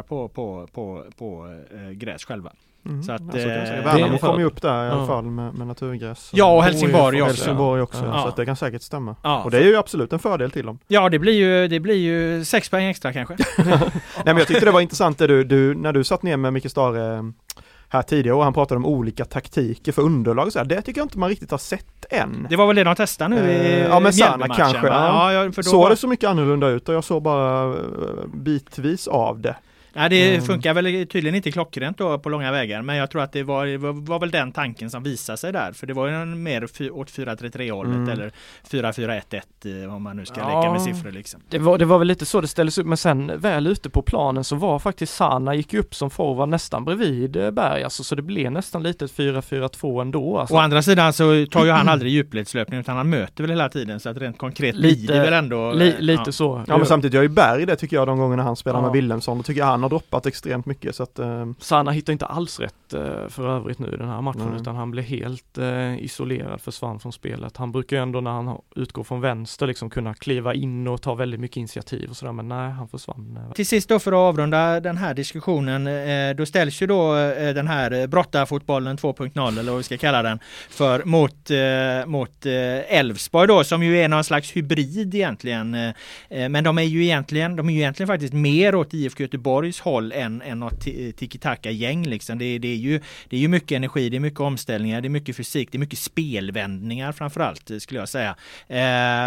på gräs själva. Så att Värnamo kommer ju upp där i alla fall med naturgräs. Ja, och Helsingborg också. Helsingborg också, ja. Så att det kan säkert stämma. Ja. Och det är ju absolut en fördel till dem. Ja, det blir ju 6 poäng extra kanske. Nej, men jag tyckte det var intressant det när du satt ner med Micke Stare här tidigare och han pratade om olika taktiker för underlag och så här. Det tycker jag inte man riktigt har sett än. Det var väl det de testade nu i ja, men Sanna kanske. Ja, såg det så mycket annorlunda ut och jag såg bara bitvis av det. Nej, det funkar väl tydligen inte klockrent då på långa vägar, men jag tror att det var väl den tanken som visade sig där, för det var ju mer åt 4-3-3-hållet eller 4-4-1-1 om man nu ska leka med siffror liksom. Det var väl lite så det ställdes upp, men sen väl ute på planen så var faktiskt Sanna gick upp som forward nästan bredvid Berg, alltså, så det blev nästan lite ett 4-4-2 ändå. Alltså. Å andra sidan så tar ju han aldrig djupledslöpning, utan han möter väl hela tiden, så att rent konkret blir det väl ändå lite så. Ja, men samtidigt gör ju Berg det, tycker jag, de gångerna han spelar med Wilhelmsson, då tycker jag han har droppat extremt mycket, så att Sanna hittar inte alls rätt för övrigt nu i den här matchen, utan han blir helt isolerad, försvann från spelet. Han brukar ju ändå när han utgår från vänster liksom kunna kliva in och ta väldigt mycket initiativ och sådär, men nej, han försvann. Till sist då, för att avrunda den här diskussionen, då ställs ju då den här brottarfotbollen 2.0, eller vad vi ska kalla den, för mot Elfsborg då, som ju är någon slags hybrid egentligen, men de är ju egentligen faktiskt mer åt IFK Göteborgs håll än något tiki-taka-gäng liksom. Det är ju mycket energi, det är mycket omställningar, det är mycket fysik, det är mycket spelvändningar framförallt, skulle jag säga.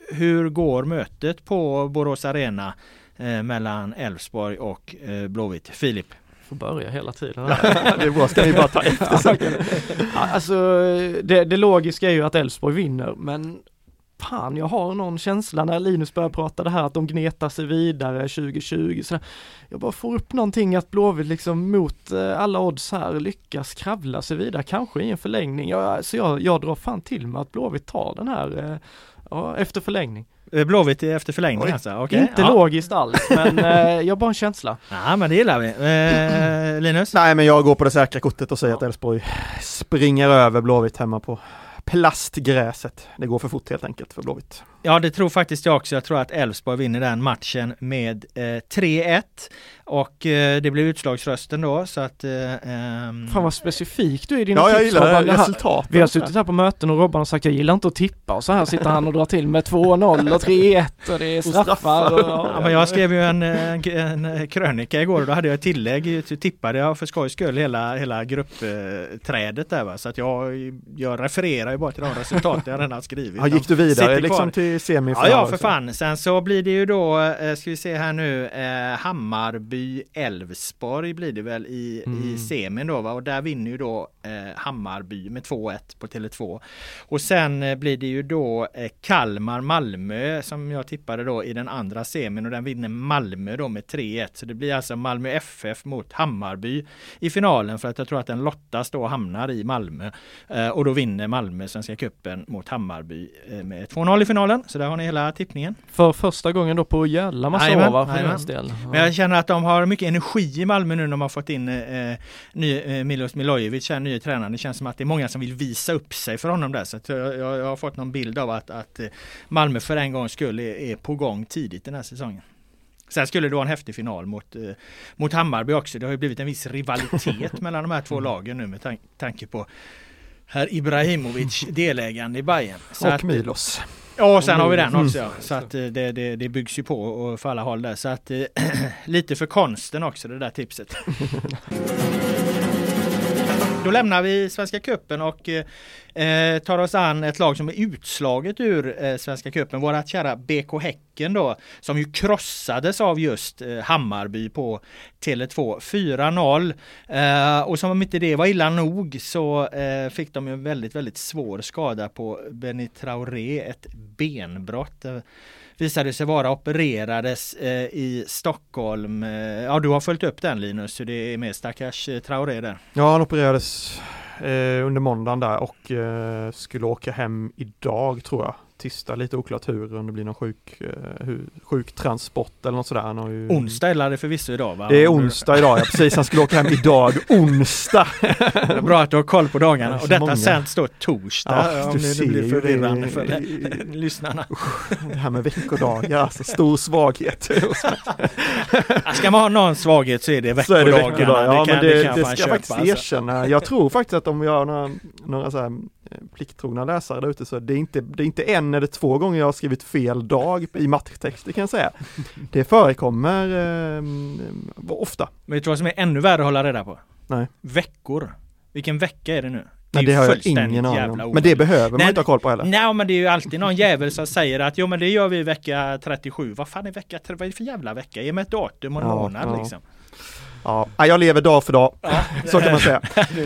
hur går mötet på Borås Arena mellan Elfsborg och Blåvitt? Filip? Får börja hela tiden. Det är bra, ska vi bara ta efter. Alltså det logiska är ju att Elfsborg vinner, men fan, jag har någon känsla när Linus börjar prata det här att de gnetar sig vidare 2020. Så jag bara får upp någonting att Blåvitt liksom mot alla odds här lyckas kravla sig vidare, kanske i en förlängning. Jag drar fan till med att Blåvitt tar den här efter förlängning. Blåvitt efter förlängning alltså? Okay. Inte logiskt alls, men jag har bara en känsla. Ja, men det gillar vi. Linus? Nej, men jag går på det säkra kortet och säger att Elfsborg springer över Blåvitt hemma på plastgräset. Det går för fort helt enkelt för Blåvitt. Ja, det tror faktiskt jag också. Jag tror att Elfsborg vinner den matchen med 3-1 och det blir utslagsrösten då, så att fan vad specifik du är i dina tips. Jag gillar resultat. Vi har suttit här på möten och Robban har sagt jag gillar inte att tippa, och så här sitter han och drar till med 2-0 och 3-1 och det är straffar. Ja, men jag skrev ju en krönika igår och då hade jag ett tillägg, så tippade jag för skojs skull hela gruppträdet där, va? Så att jag refererar ju bara till de resultat jag redan har skrivit. Ja, gick du vidare liksom till semifinal? Ja, för fan. Sen så blir det ju då, ska vi se här nu, Hammarby-Elfsborg blir det väl i semin då, va? Och där vinner ju då Hammarby med 2-1 på Tele2. Och sen blir det ju då Kalmar-Malmö som jag tippade då i den andra semin, och den vinner Malmö då med 3-1. Så det blir alltså Malmö FF mot Hammarby i finalen, för att jag tror att den lottas då hamnar i Malmö. Och då vinner Malmö Svenska cupen mot Hammarby med 2-0 i finalen. Så där har ni hela tippningen. För första gången då på jävla massa år, va, för deras del. Ja. Men jag känner att de har mycket energi i Malmö nu när de har fått in Milos Milojevic, här nya tränaren. Det känns som att det är många som vill visa upp sig för honom där. Så att jag har fått någon bild av att Malmö för en gång skull är på gång tidigt den här säsongen. Sen skulle det vara en häftig final mot Hammarby också. Det har ju blivit en viss rivalitet mellan de här två lagen nu med tanke på herr Ibrahimovic delägande i Bayern. Så och Milos. Ja, sen har vi den också. Ja. Så att det byggs ju på och för alla håll där. Så att lite för konsten också, det där tipset. Då lämnar vi Svenska cupen och tar oss an ett lag som är utslaget ur Svenska cupen. Vårat kära BK Häcken då, som ju krossades av just Hammarby på Tele2 4-0. Och som om inte det var illa nog så fick de ju en väldigt, väldigt svår skada på Benny Traoré, ett benbrott. Visade sig vara opererades i Stockholm. Ja, du har följt upp den, Linus, så det är med stackars Traoré där. Ja, han opererades under måndagen där och skulle åka hem idag, tror jag. Tisdag, lite oklart hur, om det blir någon sjuk transport eller något sådär. Han har ju... Onsdag eller det förvisso idag, va? Det är onsdag idag, ja precis. Han skulle åka hem idag, onsdag. Det är bra att du har koll på dagarna. Och detta sänds då torsdag, ja, om det blir förvirrande för lyssnarna. Det här med veckodagar, alltså stor svaghet. Ska man ha någon svaghet så är det veckodagarna. Ja, det ska jag faktiskt erkänna. Jag tror faktiskt att om vi har några så här plikttrogna läsare där ute, så det är inte en eller två gånger jag har skrivit fel dag i mattetext, det kan jag säga. Det förekommer ofta. Vet du vad som är ännu värre att hålla reda på? Nej. Veckor. Vilken vecka är det nu? Men det har jag ingen aning om. Men det behöver man inte ha koll på heller. Nej, men det är ju alltid någon jävel som säger att jo, men det gör vi vecka 37. Vad fan är vecka 37? Vad är det för jävla vecka? Ge mig ett datum och en månad liksom. Ja, jag lever dag för dag, så kan man säga.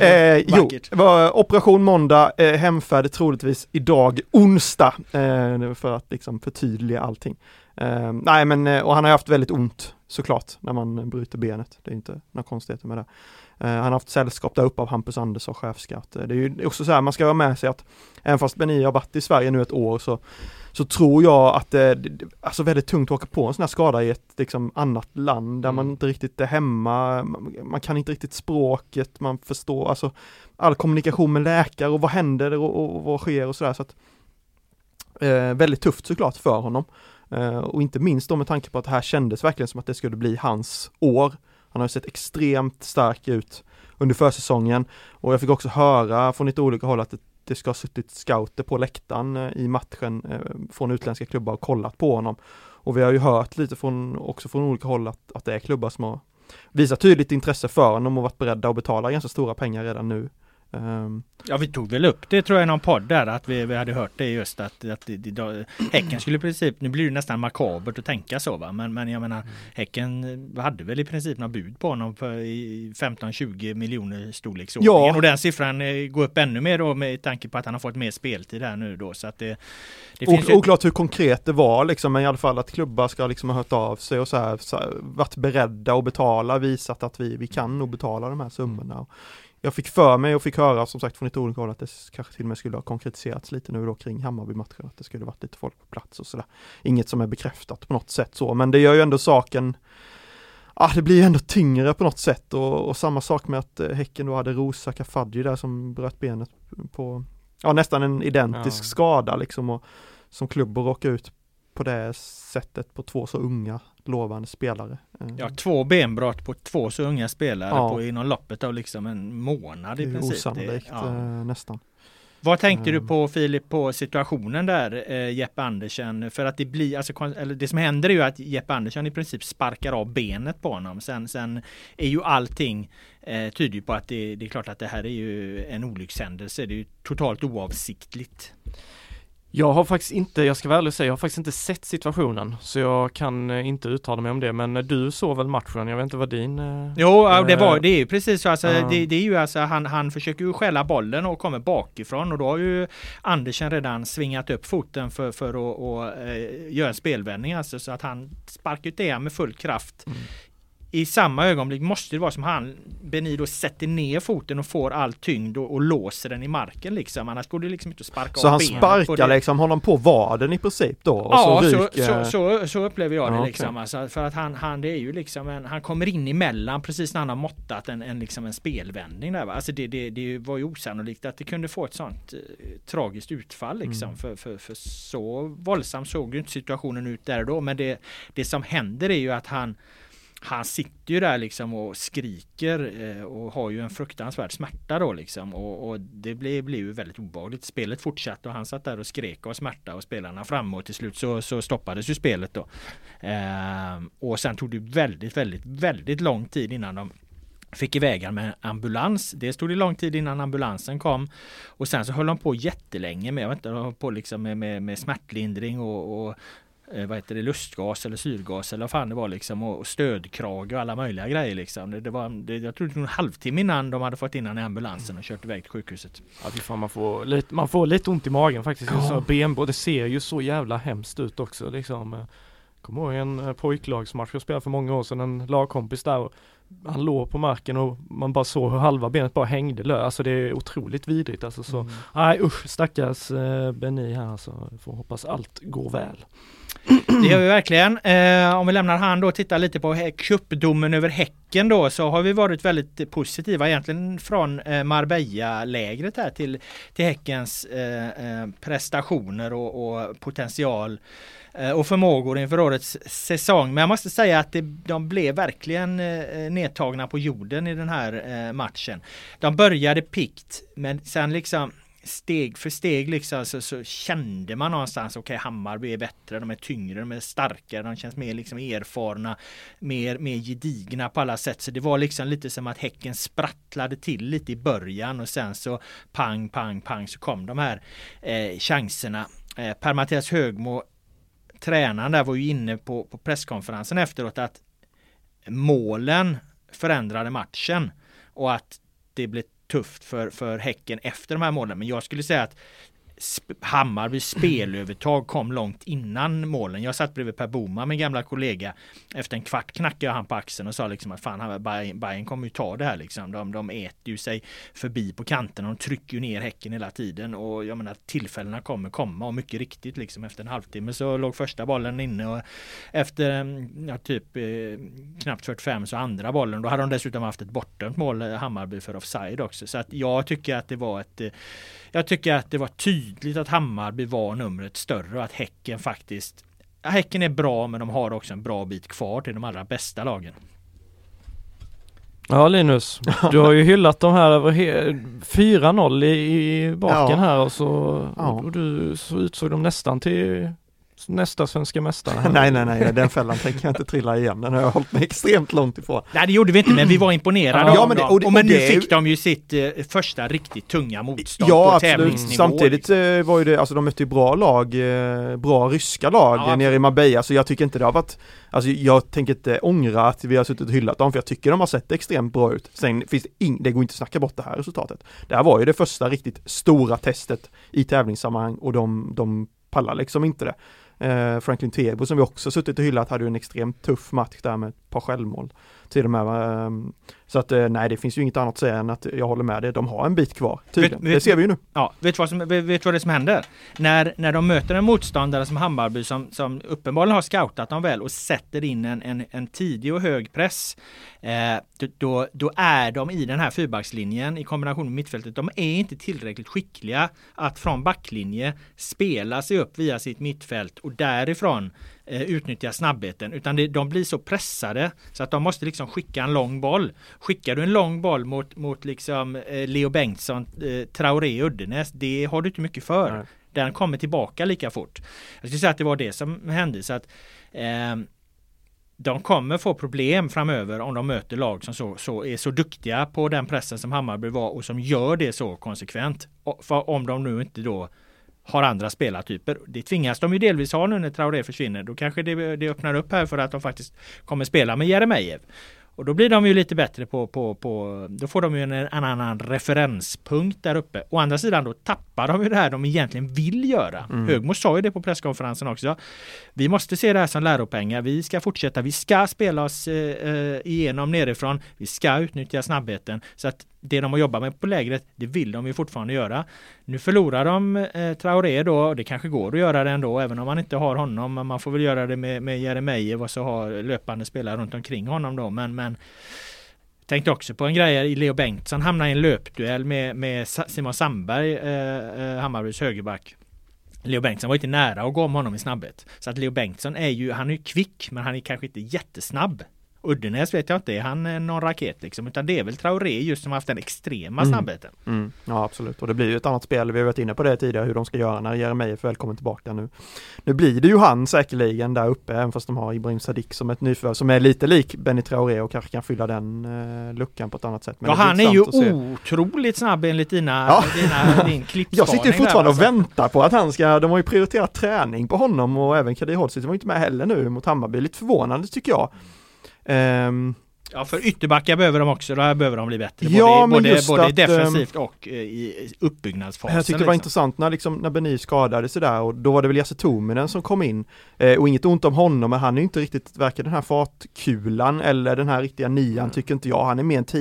Operation måndag, hemfärd troligtvis idag, onsdag, för att liksom förtydliga allting. Och han har haft väldigt ont såklart när man bryter benet. Det är inte några konstigheter med det. Han har haft sällskap där uppe av Hampus Andersson, chefscout. Det är ju också så här, man ska vara med sig att även fast Benny har varit i Sverige nu ett år så tror jag att det är alltså väldigt tungt att åka på en sån här skada i ett liksom annat land där man inte riktigt är hemma, man kan inte riktigt språket, man förstår alltså all kommunikation med läkare och vad händer och vad sker och sådär, så att väldigt tufft såklart för honom. Och inte minst då med tanke på att det här kändes verkligen som att det skulle bli hans år. Han har sett extremt stark ut under försäsongen, och jag fick också höra från lite olika håll att det ska ha suttit scouter på läktaren i matchen från utländska klubbar och kollat på honom. Och vi har ju hört lite från olika håll att det är klubbar som har visat tydligt intresse för honom och varit beredda att betala ganska stora pengar redan nu Ja, vi tog väl upp det tror jag i någon podd där att vi hade hört det just att Häcken skulle i princip, nu blir det nästan makabert att tänka så va, men jag menar Häcken hade väl i princip något bud på honom i 15-20 miljoner storleksordningen och den siffran går upp ännu mer då med tanke på att han har fått mer speltid här nu då, så att det finns oklart hur konkret det var liksom, men i alla fall att klubbar ska liksom ha hört av sig och så här varit beredda att betala, visat att vi kan nog betala de här summorna. Jag fick för mig och fick höra som sagt från ett olika håll att det kanske till och med skulle ha konkretiserats lite nu då kring Hammarby-matchen, att det skulle varit lite folk på plats och sådär. Inget som är bekräftat på något sätt så, men det gör ju ändå saken, det blir ju ändå tyngre på något sätt och samma sak med att Häcken då hade Rosa Kafadji där som bröt benet på nästan en identisk skada liksom, och som klubb att råka ut på det sättet på 2 så unga lovande spelare. 2 benbrott på 2 så unga spelare inom loppet av liksom en månad i princip. Osannolikt nästan. Vad tänkte du på Filip på situationen där Jeppe Andersen, för att det blir eller det som händer är ju att Jeppe Andersen i princip sparkar av benet på honom. Sen är ju allting tyder ju på att det är klart att det här är ju en olyckshändelse. Det är ju totalt oavsiktligt. Jag har faktiskt inte, jag ska väl säga, jag har faktiskt inte sett situationen så jag kan inte uttala mig om det, men du såg väl matchen, jag vet inte vad din... Jo, det är ju precis så, alltså, det är ju alltså, han försöker ju skälla bollen och kommer bakifrån och då har ju Andersen redan svingat upp foten för att göra en spelvändning, alltså, så att han sparkar ut det med full kraft. I samma ögonblick måste det vara som Benny då sätter ner foten och får all tyngd och låser den i marken liksom. Annars går det liksom inte att sparka så av benet. Så han sparkar liksom honom på vaden i princip då? Och så upplever jag det liksom. Alltså, för att han det är ju liksom han kommer in emellan precis när han har måttat en spelvändning där va? Alltså det var ju osannolikt att det kunde få ett sånt tragiskt utfall liksom. För så våldsam såg ju inte situationen ut där då, men det som händer är ju att han sitter ju där liksom och skriker och har ju en fruktansvärd smärta då liksom och det blir ju väldigt obehagligt. Spelet fortsatte och han satt där och skrek av smärta och spelarna framme och till slut så stoppades ju spelet då. Och sen tog det väldigt, väldigt, väldigt lång tid innan de fick iväg han med ambulans. Det stod det lång tid innan ambulansen kom och sen så höll de på jättelänge med, jag vet inte, de höll på liksom med smärtlindring och vad heter det, lustgas eller syrgas eller vad fan det var liksom, och stödkrage och alla möjliga grejer liksom. Jag tror det var en halvtimme innan de hade fått in han i ambulansen och kört iväg till sjukhuset. Ja, man får lite ont i magen faktiskt. Så benbrott, det ser ju så jävla hemskt ut också liksom. Kommer ihåg en pojklagsmatch jag spelade för många år sedan, en lagkompis där och han låg på marken och man bara såg hur halva benet bara hängde alltså det är otroligt vidrigt alltså, så stackars Benny här alltså, får hoppas allt går väl. Det gör vi verkligen. Om vi lämnar han då och tittar lite på cupdomen över Häcken då, så har vi varit väldigt positiva egentligen från Marbella-lägret här till Häckens prestationer och potential och förmågor inför årets säsong. Men jag måste säga att de blev verkligen nedtagna på jorden i den här matchen. De började pikt, men sen liksom steg för steg liksom, så kände man någonstans okej, Hammarby är bättre, de är tyngre, de är starkare, de känns mer liksom erfarna, mer gedigna på alla sätt. Så det var liksom lite som att Häcken sprattlade till lite i början och sen så pang så kom de här chanserna. Per-Mattias Högmo, tränaren där, var ju inne på presskonferensen efteråt att målen förändrade matchen och att det blev tufft för Häcken efter de här målen. Men jag skulle säga att Hammarbys spelövertag kom långt innan målen. Jag satt bredvid Per Boman, min gamla kollega. Efter en kvart knackade jag han på axeln och sa liksom att fan, Bayern kommer ju ta det här liksom. De äter ju sig förbi på kanten och de trycker ju ner Häcken hela tiden. Och jag menar, tillfällena kommer komma och mycket riktigt liksom efter en halvtimme så låg första bollen inne och efter knappt 45 så andra bollen. Då hade de dessutom haft ett bortdömt mål, Hammarby, för offside också. Så att jag tycker att det var tydligt att Hammarby var numret större och att Häcken är bra, men de har också en bra bit kvar till de allra bästa lagen. Ja, Linus, du har ju hyllat de här över 4-0 i baken här och så och du så utsåg de nästan till nästa svenska mästare. Nej, den fällan tänker jag inte trilla igen. Den har jag hållit mig extremt långt ifrån. Nej, det gjorde vi inte, men vi var imponerade Ja, av men det- dem. och Men nu det är ju- fick de ju sitt första riktigt tunga motstånd Ja, på absolut. tävlingsnivå. Samtidigt var ju det, alltså de mötte ju bra lag, bra ryska lag Ja, nere i Marbella, så jag tycker inte det har varit, alltså jag tänker inte ångra att vi har suttit och hyllat dem, för jag tycker de har sett extremt bra ut. Sen finns det går inte att snacka bort det här resultatet. Det här var ju det första riktigt stora testet i tävlingssammanhang, och de pallar liksom inte det. Franklin Tebo, som vi också suttit och hyllat, hade ju en extremt tuff match där med ett par självmål till och med. Så att nej, det finns ju inget annat att säga än att jag håller med dig. De har en bit kvar, tydligen. Det ser vi ju nu. Ja, vet du vad det som händer? När de möter en motståndare som Hammarby som uppenbarligen har scoutat dem väl och sätter in en tidig och hög press, då är de i den här fyrbackslinjen i kombination med mittfältet. De är inte tillräckligt skickliga att från backlinje spela sig upp via sitt mittfält och därifrån utnyttja snabbheten, utan de blir så pressade så att de måste liksom skicka en lång boll. Skickar du en lång boll mot liksom Leo Bengtsson, Traoré, Uddenäs, det har du inte mycket för. Nej. Den kommer tillbaka lika fort. Jag skulle säga att det var det som hände, så att de kommer få problem framöver om de möter lag som är så duktiga på den pressen som Hammarby var och som gör det så konsekvent. För om de nu inte då har andra spelartyper. Det tvingas de ju delvis ha nu när Traoré försvinner. Då kanske det öppnar upp här för att de faktiskt kommer spela med Jeremejeff. Och då blir de ju lite bättre då får de ju en annan referenspunkt där uppe. Å andra sidan då tappar de ju det här de egentligen vill göra. Högmo sa ju det på presskonferensen också. Vi måste se det här som läropengar. Vi ska fortsätta. Vi ska spela oss igenom nerifrån. Vi ska utnyttja snabbheten. Så att det de har jobbat med på lägret, det vill de ju fortfarande göra. Nu förlorar de Traoré då, och det kanske går att göra det ändå, även om man inte har honom. Man får väl göra det med Jeremejeff och så har löpande spelare runt omkring honom då. Men tänkte också på en grej i Leo Bengtsson hamnar i en löpduell med Simon Sandberg, Hammarbys högerback. Leo Bengtsson var inte nära att gå om honom i snabbhet. Så att Leo Bengtsson han är ju kvick, men han är kanske inte jättesnabb. Uddenäs vet jag inte, är han någon raket liksom, utan det är väl Traoré just som har haft den extrema snabbheten. Ja, absolut. Och det blir ju ett annat spel. Vi har varit inne på det tidigare, hur de ska göra när Jeremejeff väl kommer tillbaka nu. Nu blir det ju han säkerligen där uppe, även fast de har Ibrahim Sadiq som ett nyförvärv som är lite lik Benny Traoré och kanske kan fylla den luckan på ett annat sätt. Men ja, han är ju otroligt snabb enligt din klippspaning. Jag sitter ju fortfarande och väntar på att han ska, de har ju prioriterat träning på honom, och även Kadir Holtz var inte med heller nu mot Hammarby. Lite förvånande tycker jag. Ja, för ytterbackar behöver de också, där behöver de bli bättre. Ja, både defensivt och i uppbyggnadsfasen. Jag tyckte det var intressant när Benny skadade sig där, och då var det väl Jesse Tominen som kom in. Och inget ont om honom, men han är ju inte riktigt varken den här fartkulan eller den här riktiga nian, tycker inte jag. Han är mer en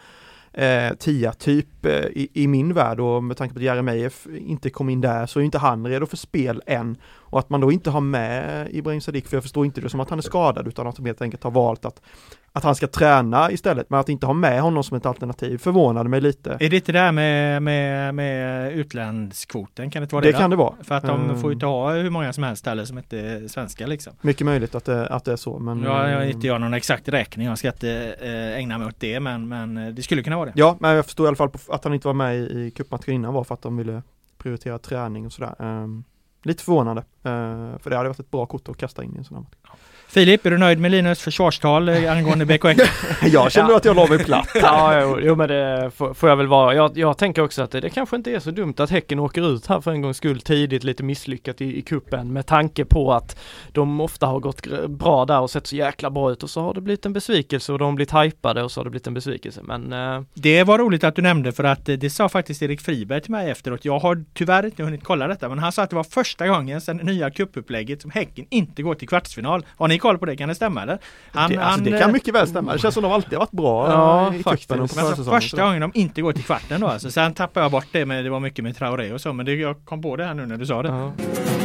tia typ i min värld, och med tanke på att Jeremejeff inte kom in där så är inte han redo för spel än, och att man då inte har med Ibrahim Sadiq, för jag förstår inte det som att han är skadad, utan att de helt enkelt har valt att han ska träna istället, men att inte ha med honom som ett alternativ förvånade mig lite. Är det inte det där med utlandskvoten? Kan det vara det? Det kan det vara. För att de får inte ha hur många som helst eller som inte är svenska liksom. Mycket möjligt att det är så. Men, jag har inte någon exakt räkning, jag ska inte ägna mig åt det, men det skulle kunna vara det. Ja, men jag förstår i alla fall att han inte var med i cupmatchen innan var för att de ville prioritera träning och sådär. Lite förvånande, för det hade varit ett bra kort att kasta in i en sån här match. Filip, är du nöjd med Linus försvarstal angående BK Häcken? Jag kände att jag la mig platt. Jo, men det får jag väl vara. Jag tänker också att det kanske inte är så dumt att Häcken åker ut här för en gångs skull tidigt, lite misslyckat i kuppen, med tanke på att de ofta har gått bra där och sett så jäkla bra ut, och så har det blivit en besvikelse och de har blivit hypade och så har det blivit en besvikelse. Men det var roligt att du nämnde, för att det sa faktiskt Erik Friberg till mig efteråt. Jag har tyvärr inte hunnit kolla detta, men han sa att det var första gången sedan det nya cupupplägget som Häcken inte går till kvartsfinal. Har ni koll på det? Kan det stämma eller? Det kan mycket väl stämma. Det känns som de alltid har varit bra i kuppen. Men första gången de inte går till kvarten då. Alltså, sen tappade jag bort det, men det var mycket med Traoré och så. Men jag kom på det här nu när du sa det. Ja.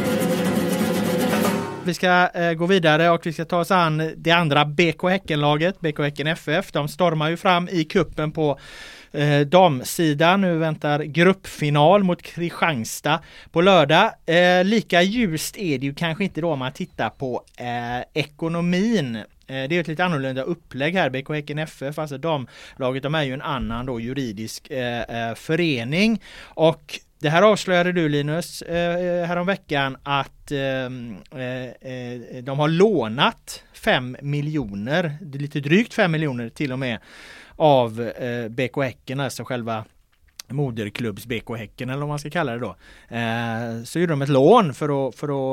Vi ska gå vidare och vi ska ta oss an det andra BK Häcken-laget, BK Häcken FF. De stormar ju fram i kuppen på damsidan. Nu väntar gruppfinal mot Kristianstad på lördag. Lika ljust är det ju kanske inte då om man tittar på ekonomin. Det är ett lite annorlunda upplägg här. BK Häcken FF, alltså damlaget, de är ju en annan då juridisk förening, och Det här avslöjade du, Linus, häromveckan att de har lånat 5 miljoner, lite drygt 5 miljoner till och med, av BK Häcken, alltså själva moderklubbs BK Häcken eller vad man ska kalla det då. Så gjorde de ett lån för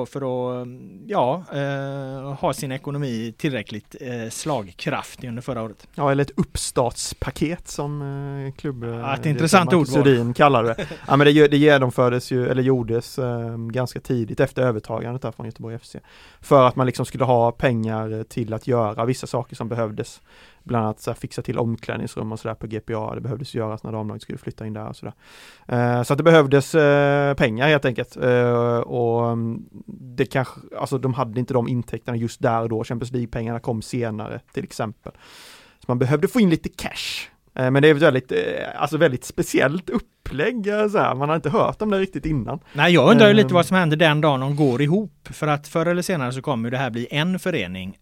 att ha sin ekonomi tillräckligt slagkraftig under förra året. Ja, eller ett uppstartspaket som klubb ett intressant ord Sudin kallar det. Ja, men det genomfördes ju, eller gjordes ganska tidigt efter övertagandet där från Göteborg FC. För att man liksom skulle ha pengar till att göra vissa saker som behövdes. Bland annat så här, fixa till omklädningsrum och sådär på GPA. Det behövdes göras när damlaget skulle flytta in där och sådär. Så att det behövdes pengar helt enkelt. Och det kanske, alltså de hade inte de intäkterna just där och då. Champions League-pengarna kom senare till exempel. Så man behövde få in lite cash. Men det är ett väldigt speciellt upplägg. Så här. Man har inte hört om det riktigt innan. Nej, jag undrar ju lite vad som händer den dagen de går ihop. För att förr eller senare så kommer det här bli en förening.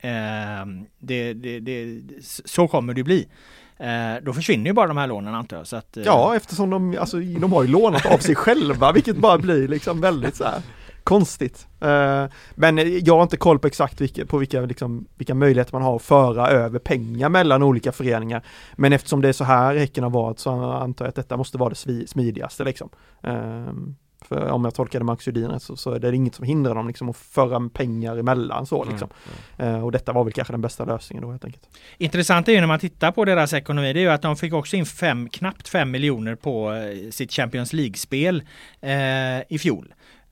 Så kommer det bli. Då försvinner ju bara de här lånen, antar jag. Så att, ja, eftersom de har ju lånat av sig själva, vilket bara blir liksom väldigt så här konstigt. Men jag har inte koll på exakt vilka möjligheter man har att föra över pengar mellan olika föreningar. Men eftersom det är så här Häcken har varit, så antar jag att detta måste vara det smidigaste liksom. För om jag tolkade Max Sudin så är det inget som hindrar dem liksom att föra pengar emellan så liksom. Och detta var väl kanske den bästa lösningen då helt enkelt. Intressant är ju när man tittar på deras ekonomi, det är ju att de fick också in knappt 5 miljoner på sitt Champions League-spel i fjol.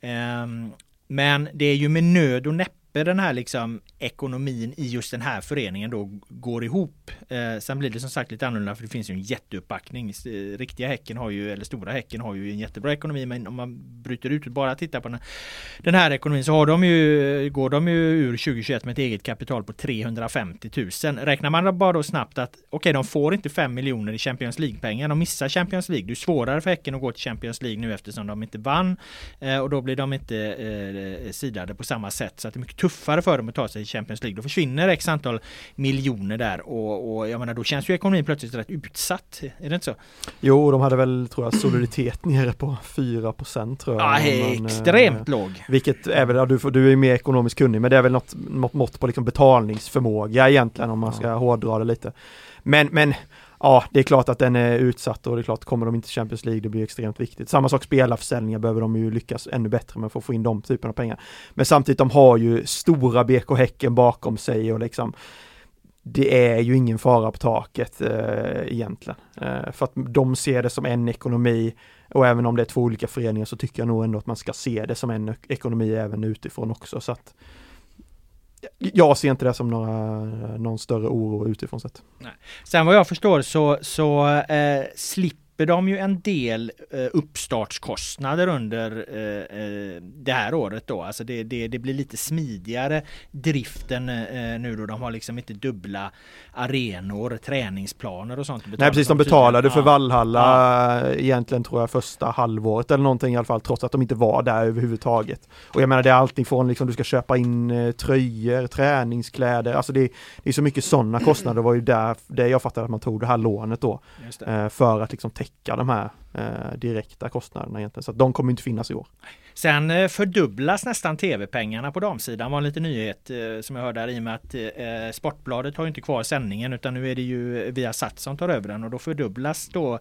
Men det är ju med nöd och näppe den här liksom ekonomin i just den här föreningen då går ihop. Sen blir det som sagt lite annorlunda, för det finns ju en jätteuppbackning. Riktiga Häcken har ju, eller stora Häcken har ju en jättebra ekonomi, men om man bryter ut och bara tittar på den här ekonomin så går de ju ur 2021 med ett eget kapital på 350 000. Räknar man bara då snabbt att de får inte 5 miljoner i Champions League-pengar, de missar Champions League. Det är svårare för Häcken att gå till Champions League nu eftersom de inte vann, och då blir de inte sidade på samma sätt, så att det är mycket tuffare för dem att ta sig i Champions League. Då försvinner x antal miljoner där, och jag menar, då känns ju ekonomin plötsligt rätt utsatt. Är det inte så? Jo, de hade väl, tror jag, soliditet nere på 4% tror jag. Extremt låg. Vilket är väl, du är ju mer ekonomiskt kunnig, men det är väl något mått på liksom betalningsförmåga egentligen, om man ska hårdra det lite. Men ja, det är klart att den är utsatt, och det är klart, kommer de inte till Champions League, det blir extremt viktigt. Samma sak, spelarförsäljningar behöver de ju lyckas ännu bättre med för att få in de typen av pengar. Men samtidigt, de har ju stora BK Häcken bakom sig, och liksom det är ju ingen fara på taket egentligen. För att de ser det som en ekonomi, och även om det är två olika föreningar så tycker jag nog ändå att man ska se det som en ekonomi även utifrån också. Så att jag ser inte det som någon större oro utifrån sett. Nej. Sen vad jag förstår så slipper de ju en del uppstartskostnader under det här året då. Alltså det blir lite smidigare driften nu då. De har liksom inte dubbla arenor, träningsplaner och sånt. Nej, precis, de betalade för Valhalla egentligen, tror jag, första halvåret eller någonting i alla fall, trots att de inte var där överhuvudtaget. Och jag menar, det är allting från liksom, du ska köpa in tröjor, träningskläder, alltså det är så mycket sådana kostnader. Det var ju där jag fattade att man tog det här lånet då, för att liksom täcka de här direkta kostnaderna egentligen. Så att de kommer inte finnas i år. Sen fördubblas nästan tv-pengarna på damsidan, var en liten nyhet som jag hörde där, i och med att Sportbladet har ju inte kvar sändningen, utan nu är det ju Viasat som tar över den, och då fördubblas då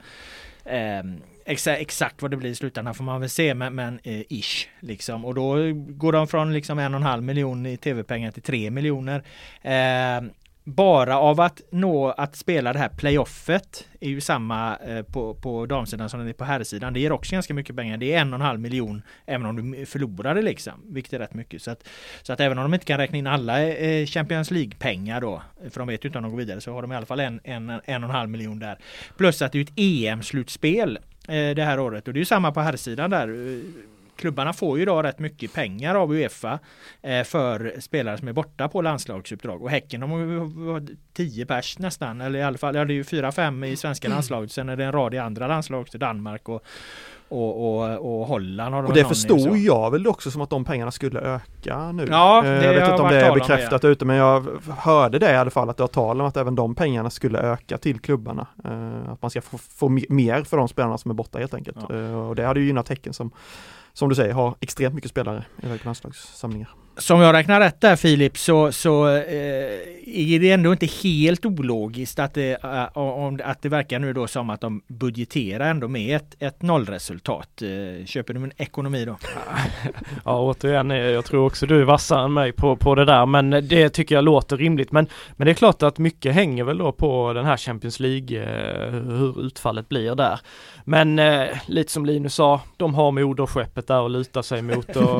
exakt vad det blir i slutändan får man väl se, men ish liksom, och då går de från liksom 1,5 miljon i tv-pengar till 3 miljoner. Bara av att spela det här playoffet är ju samma på damsidan som det är på herrsidan. Det ger också ganska mycket pengar. Det är 1,5 miljon även om du förlorar det liksom, vilket är rätt mycket. Så att även om de inte kan räkna in alla Champions League-pengar då, för de vet ju inte om de går vidare, så har de i alla fall 1,5 miljon där. Plus att det är ett EM-slutspel det här året, och det är ju samma på herrsidan där. Klubbarna får ju idag rätt mycket pengar av UEFA för spelare som är borta på landslagsuppdrag. Och Häcken, de har 10 pers nästan, eller i alla fall, det är ju 4-5 i svenska landslaget. Sen är det en rad i andra landslag till Danmark och Holland. Och det förstod jag väl också som att de pengarna skulle öka nu. Ja, jag vet inte om det är bekräftat ute, men jag hörde det i alla fall, att det var tal om att även de pengarna skulle öka till klubbarna. Att man ska få mer för de spelarna som är borta helt enkelt. Och det hade ju gynnat Häcken som du säger, har extremt mycket spelare i landslagssamlingar. Som jag räknar rätt där, Filip, så är det ändå inte helt ologiskt att det verkar nu då som att de budgeterar ändå med ett nollresultat. Köper du en ekonomi då? Ja, återigen, jag tror också du är vassare än mig på det där, men det tycker jag låter rimligt. Men det är klart att mycket hänger väl då på den här Champions League, hur utfallet blir där. Men lite som Linus sa, de har moderskeppet där att luta sig mot, och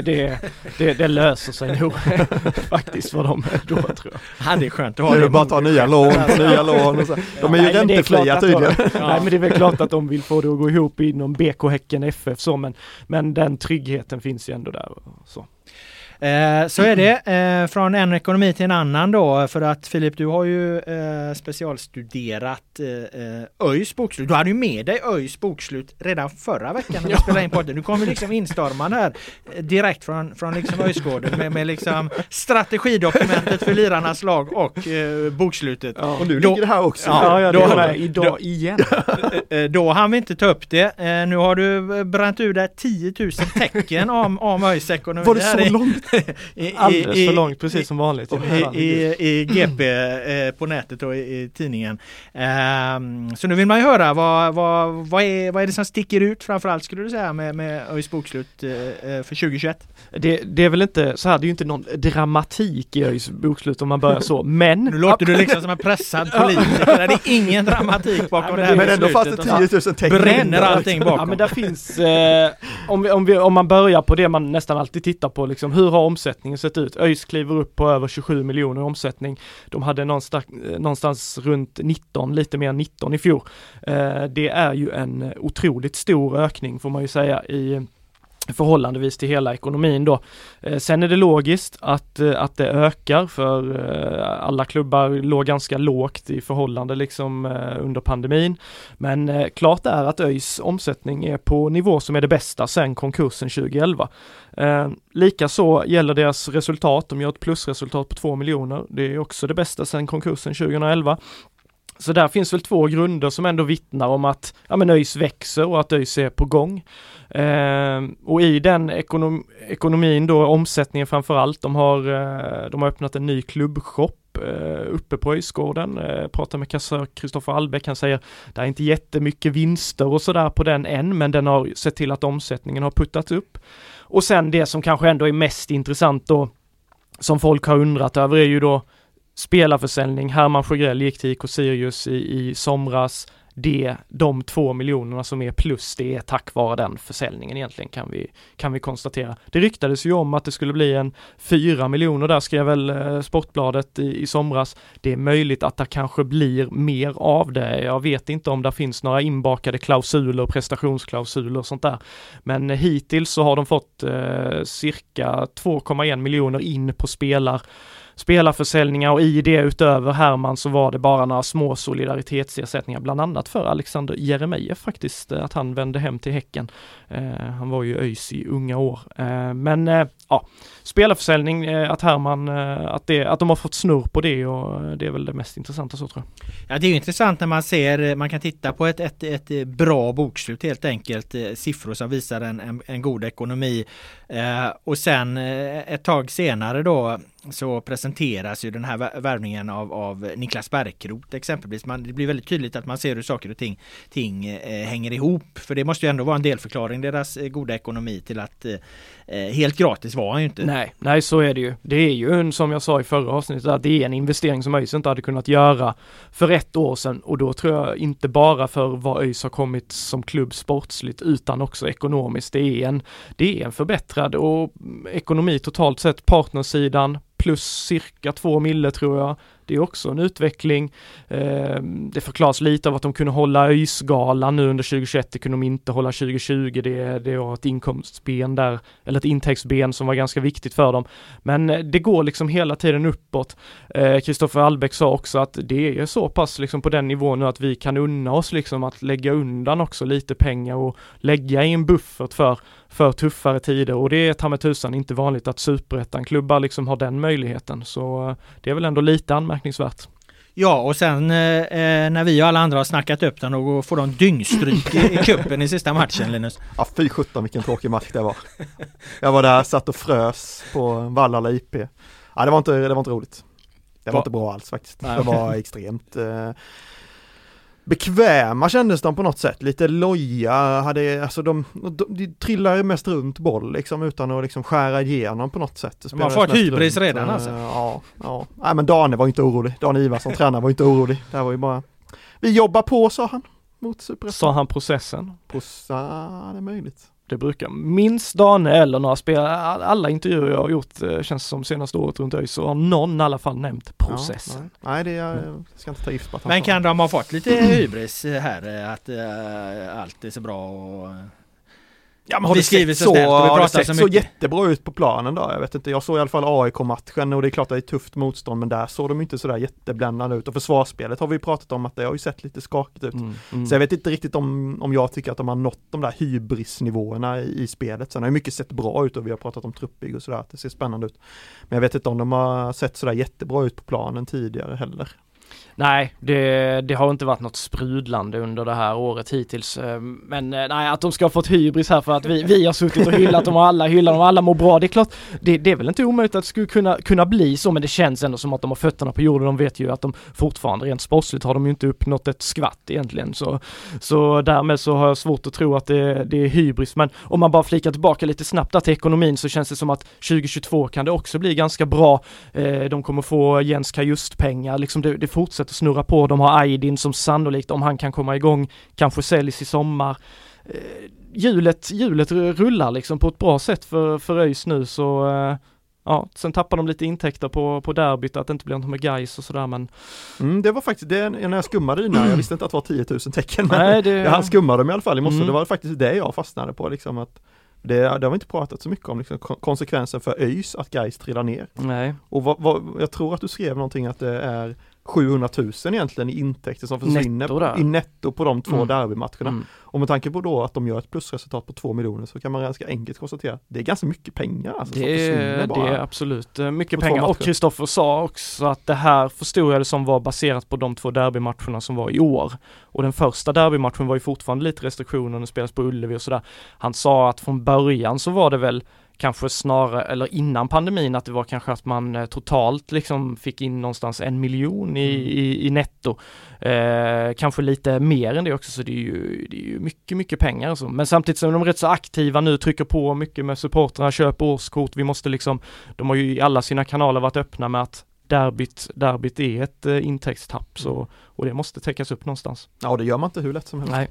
det löser sig nog faktiskt för dem då, tror jag. Ja, det är skönt att ha det. Det bara ta nya lån. Och så. De är ju räntefria tydligen. Nej, men det är väl klart att de vill få det att gå ihop inom BK Häcken FF så, men den tryggheten finns ju ändå där. Så. Så är det. Från en ekonomi till en annan då, för att Filip, du har ju specialstuderat ÖIS bokslut. Du hade ju med dig ÖIS bokslut redan förra veckan när vi spelade in podden. Du kom ju liksom instormande här direkt från liksom ÖIS-gården med liksom strategidokumentet för lirarnas lag och bokslutet. Ja. Och nu ligger det här också. Ja, det är med idag igen. Då hann vi inte ta upp det. Nu har du bränt ur där 10 000 tecken om ÖIS ekonomi. Var det så långt? Alldeles för långt, precis som vanligt. I GP på nätet och i tidningen. Så nu vill man ju höra vad är det som sticker ut framförallt, skulle du säga, med ÖIS bokslut för 2021? Det är väl inte så här, det är ju inte någon dramatik i ÖIS bokslut om man börjar så, men nu låter du liksom som en pressad politiker. Det är ingen dramatik bakom det här men ändå fast det 10 000 tecken. Bränner allting bakom. Ja, men där finns om man börjar på det man nästan alltid tittar på, liksom, hur har omsättningen sett ut? ÖIS kliver upp på över 27 miljoner omsättning. De hade någonstans runt 19, lite mer än 19 i fjol. Det är ju en otroligt stor ökning, får man ju säga, i förhållandevis till hela ekonomin då. Sen är det logiskt att det ökar, för alla klubbar låg ganska lågt i förhållande liksom under pandemin. Men klart är att ÖIS omsättning är på nivå som är det bästa sedan konkursen 2011. Likaså gäller deras resultat. De gör ett plusresultat på 2 miljoner. Det är också det bästa sedan konkursen 2011. Så där finns väl två grunder som ändå vittnar om att ÖIS växer och att ÖIS är på gång. Och i den ekonomin då, omsättningen framförallt, de har öppnat en ny klubbshop uppe på ÖIS-gården. Pratar med kassör Kristoffer Albeck, han säger det är inte jättemycket vinster och sådär på den än, men den har sett till att omsättningen har puttats upp. Och sen det som kanske ändå är mest intressant då, som folk har undrat över, är ju då spelarförsäljning. Herman Sjögrell gick till IK Sirius i somras. De 2 miljonerna som är plus, det är tack vare den försäljningen egentligen, kan vi konstatera. Det ryktades ju om att det skulle bli en 4 miljoner, där skrev väl Sportbladet i somras. Det är möjligt att det kanske blir mer av det. Jag vet inte om det finns några inbakade klausuler, prestationsklausuler och sånt där. Men hittills så har de fått cirka 2,1 miljoner in på spelarförsäljningar, och i det utöver Herman så var det bara några små solidaritetsersättningar, bland annat för Alexander Jeremejeff faktiskt, att han vände hem till Häcken. Han var ju ÖIS i unga år. Spelarförsäljning, att Herman, att de har fått snurr på det, och det är väl det mest intressanta, så tror jag. Ja, det är ju intressant när man kan titta på ett bra bokslut helt enkelt, siffror som visar en god ekonomi, och sen ett tag senare då så presenteras ju den här värvningen av Niklas Bärkroth exempelvis. Det blir väldigt tydligt att man ser hur saker och ting hänger ihop, för det måste ju ändå vara en delförklaring, deras goda ekonomi, till att helt gratis var han ju inte. Nej, så är det ju. Det är ju, som jag sa i förra avsnittet, att det är en investering som ÖIS inte hade kunnat göra för 1 år sedan, och då tror jag inte bara för vad ÖIS har kommit som klubb sportsligt, utan också ekonomiskt. Det är en förbättrad och ekonomi totalt sett, partnersidan plus cirka 2 mille tror jag. Det är också en utveckling. Det förklaras lite av att de kunde hålla ÖIS-galan nu under 2021. Det kunde de inte hålla 2020. Det var ett inkomstben där, eller ett intäktsben som var ganska viktigt för dem. Men det går liksom hela tiden uppåt. Kristoffer Allbäck sa också att det är så pass liksom på den nivån nu att vi kan unna oss liksom att lägga undan också lite pengar och lägga i en buffert för tuffare tider, och det är ta med tusan inte vanligt att superettan-klubbar liksom har den möjligheten, så det är väl ändå lite anmärkningsvärt. Ja, och sen när vi och alla andra har snackat upp den och får de dyngstryk i kuppen i sista matchen, Linus. Ja, fy 17 vilken tråkig match det var. Jag var där, satt och frös på Vallala IP. Ja, det var inte roligt. Det var inte bra alls faktiskt. Det var extremt bekväma kändes de på något sätt. Lite loja. De trillar mest runt boll liksom, utan att liksom skära igenom på något sätt. De har fått hybris runt redan alltså. Ja. Nej, men Dane var inte orolig. Dan Ivarsson, tränare, var inte orolig. Det här var ju bara... Vi jobbar på, sa han. Mot Superettan. Sa han processen? Det är möjligt. Det brukar minst Dane eller några spelare, alla intervjuer jag har gjort känns som senaste året runt ÖIS, så har någon i alla fall nämnt processen. Nej, det jag ska inte ta gift på att han. Men kan de ha fått lite hybris här, att allt är så bra och... Ja, men har det sett så jättebra ut på planen då? Jag vet inte, jag såg i alla fall AIK-matchen och det är klart att det är tufft motstånd, men där såg de inte sådär jättebländande ut, och försvarsspelet har vi pratat om att det har ju sett lite skakigt ut. Så jag vet inte riktigt om jag tycker att de har nått de där hybrisnivåerna i spelet. Sen har ju mycket sett bra ut och vi har pratat om truppbygg och sådär, att det ser spännande ut. Men jag vet inte om de har sett sådär jättebra ut på planen tidigare heller. Nej, det har inte varit något sprudlande under det här året hittills. Men nej, att de ska ha fått hybris här för att vi har suttit och hyllat dem och alla hyllar dem och alla mår bra. Det är klart, det är väl inte omöjligt att det skulle kunna bli så, men det känns ändå som att de har fötterna på jorden. De vet ju att de fortfarande rent sportsligt har de ju inte uppnått ett skvatt egentligen. Så därmed så har jag svårt att tro att det är hybris. Men om man bara flikar tillbaka lite snabbt där till ekonomin, så känns det som att 2022 kan det också bli ganska bra. De kommer få Jens Kajust-pengar. Liksom det fortsätter att snurra på. De har Aydin som sannolikt, om han kan komma igång, kanske säljs i sommar. Hjulet rullar liksom på ett bra sätt för ÖIS nu, så sen tappar de lite intäkter på derbyt, att det inte blir något med Gais och sådär, men... det var faktiskt det när jag skummade innan. Jag visste inte att det var 10 000 tecken, men jag skummade dem i alla fall i morse. Det var faktiskt det jag fastnade på, liksom, att det har vi inte pratat så mycket om, liksom, konsekvensen för ÖIS att Gais trillar ner. Nej. Och jag tror att du skrev någonting att det är 700 000 egentligen i intäkter som försvinner i netto på de två derbymatcherna. Och med tanke på då att de gör ett plusresultat på 2 miljoner, så kan man ganska enkelt konstatera att det är ganska mycket pengar. Alltså, det är absolut mycket pengar. Och Kristoffer sa också att det här, förstod jag det som, var baserat på de 2 derbymatcherna som var i år. Och den första derbymatchen var ju fortfarande lite restriktioner, den spelas på Ullevi och sådär. Han sa att från början så var det väl kanske snarare, eller innan pandemin, att det var kanske att man totalt liksom fick in någonstans 1 miljon i netto. Kanske lite mer än det också, så det är ju mycket pengar. Alltså. Men samtidigt så är de rätt så aktiva nu, trycker på mycket med supporterna, köper årskort. Vi måste liksom, de har ju i alla sina kanaler varit öppna med att derbyt är ett intäktstapp, och det måste täckas upp någonstans. Ja, det gör man inte hur lätt som helst. Nej.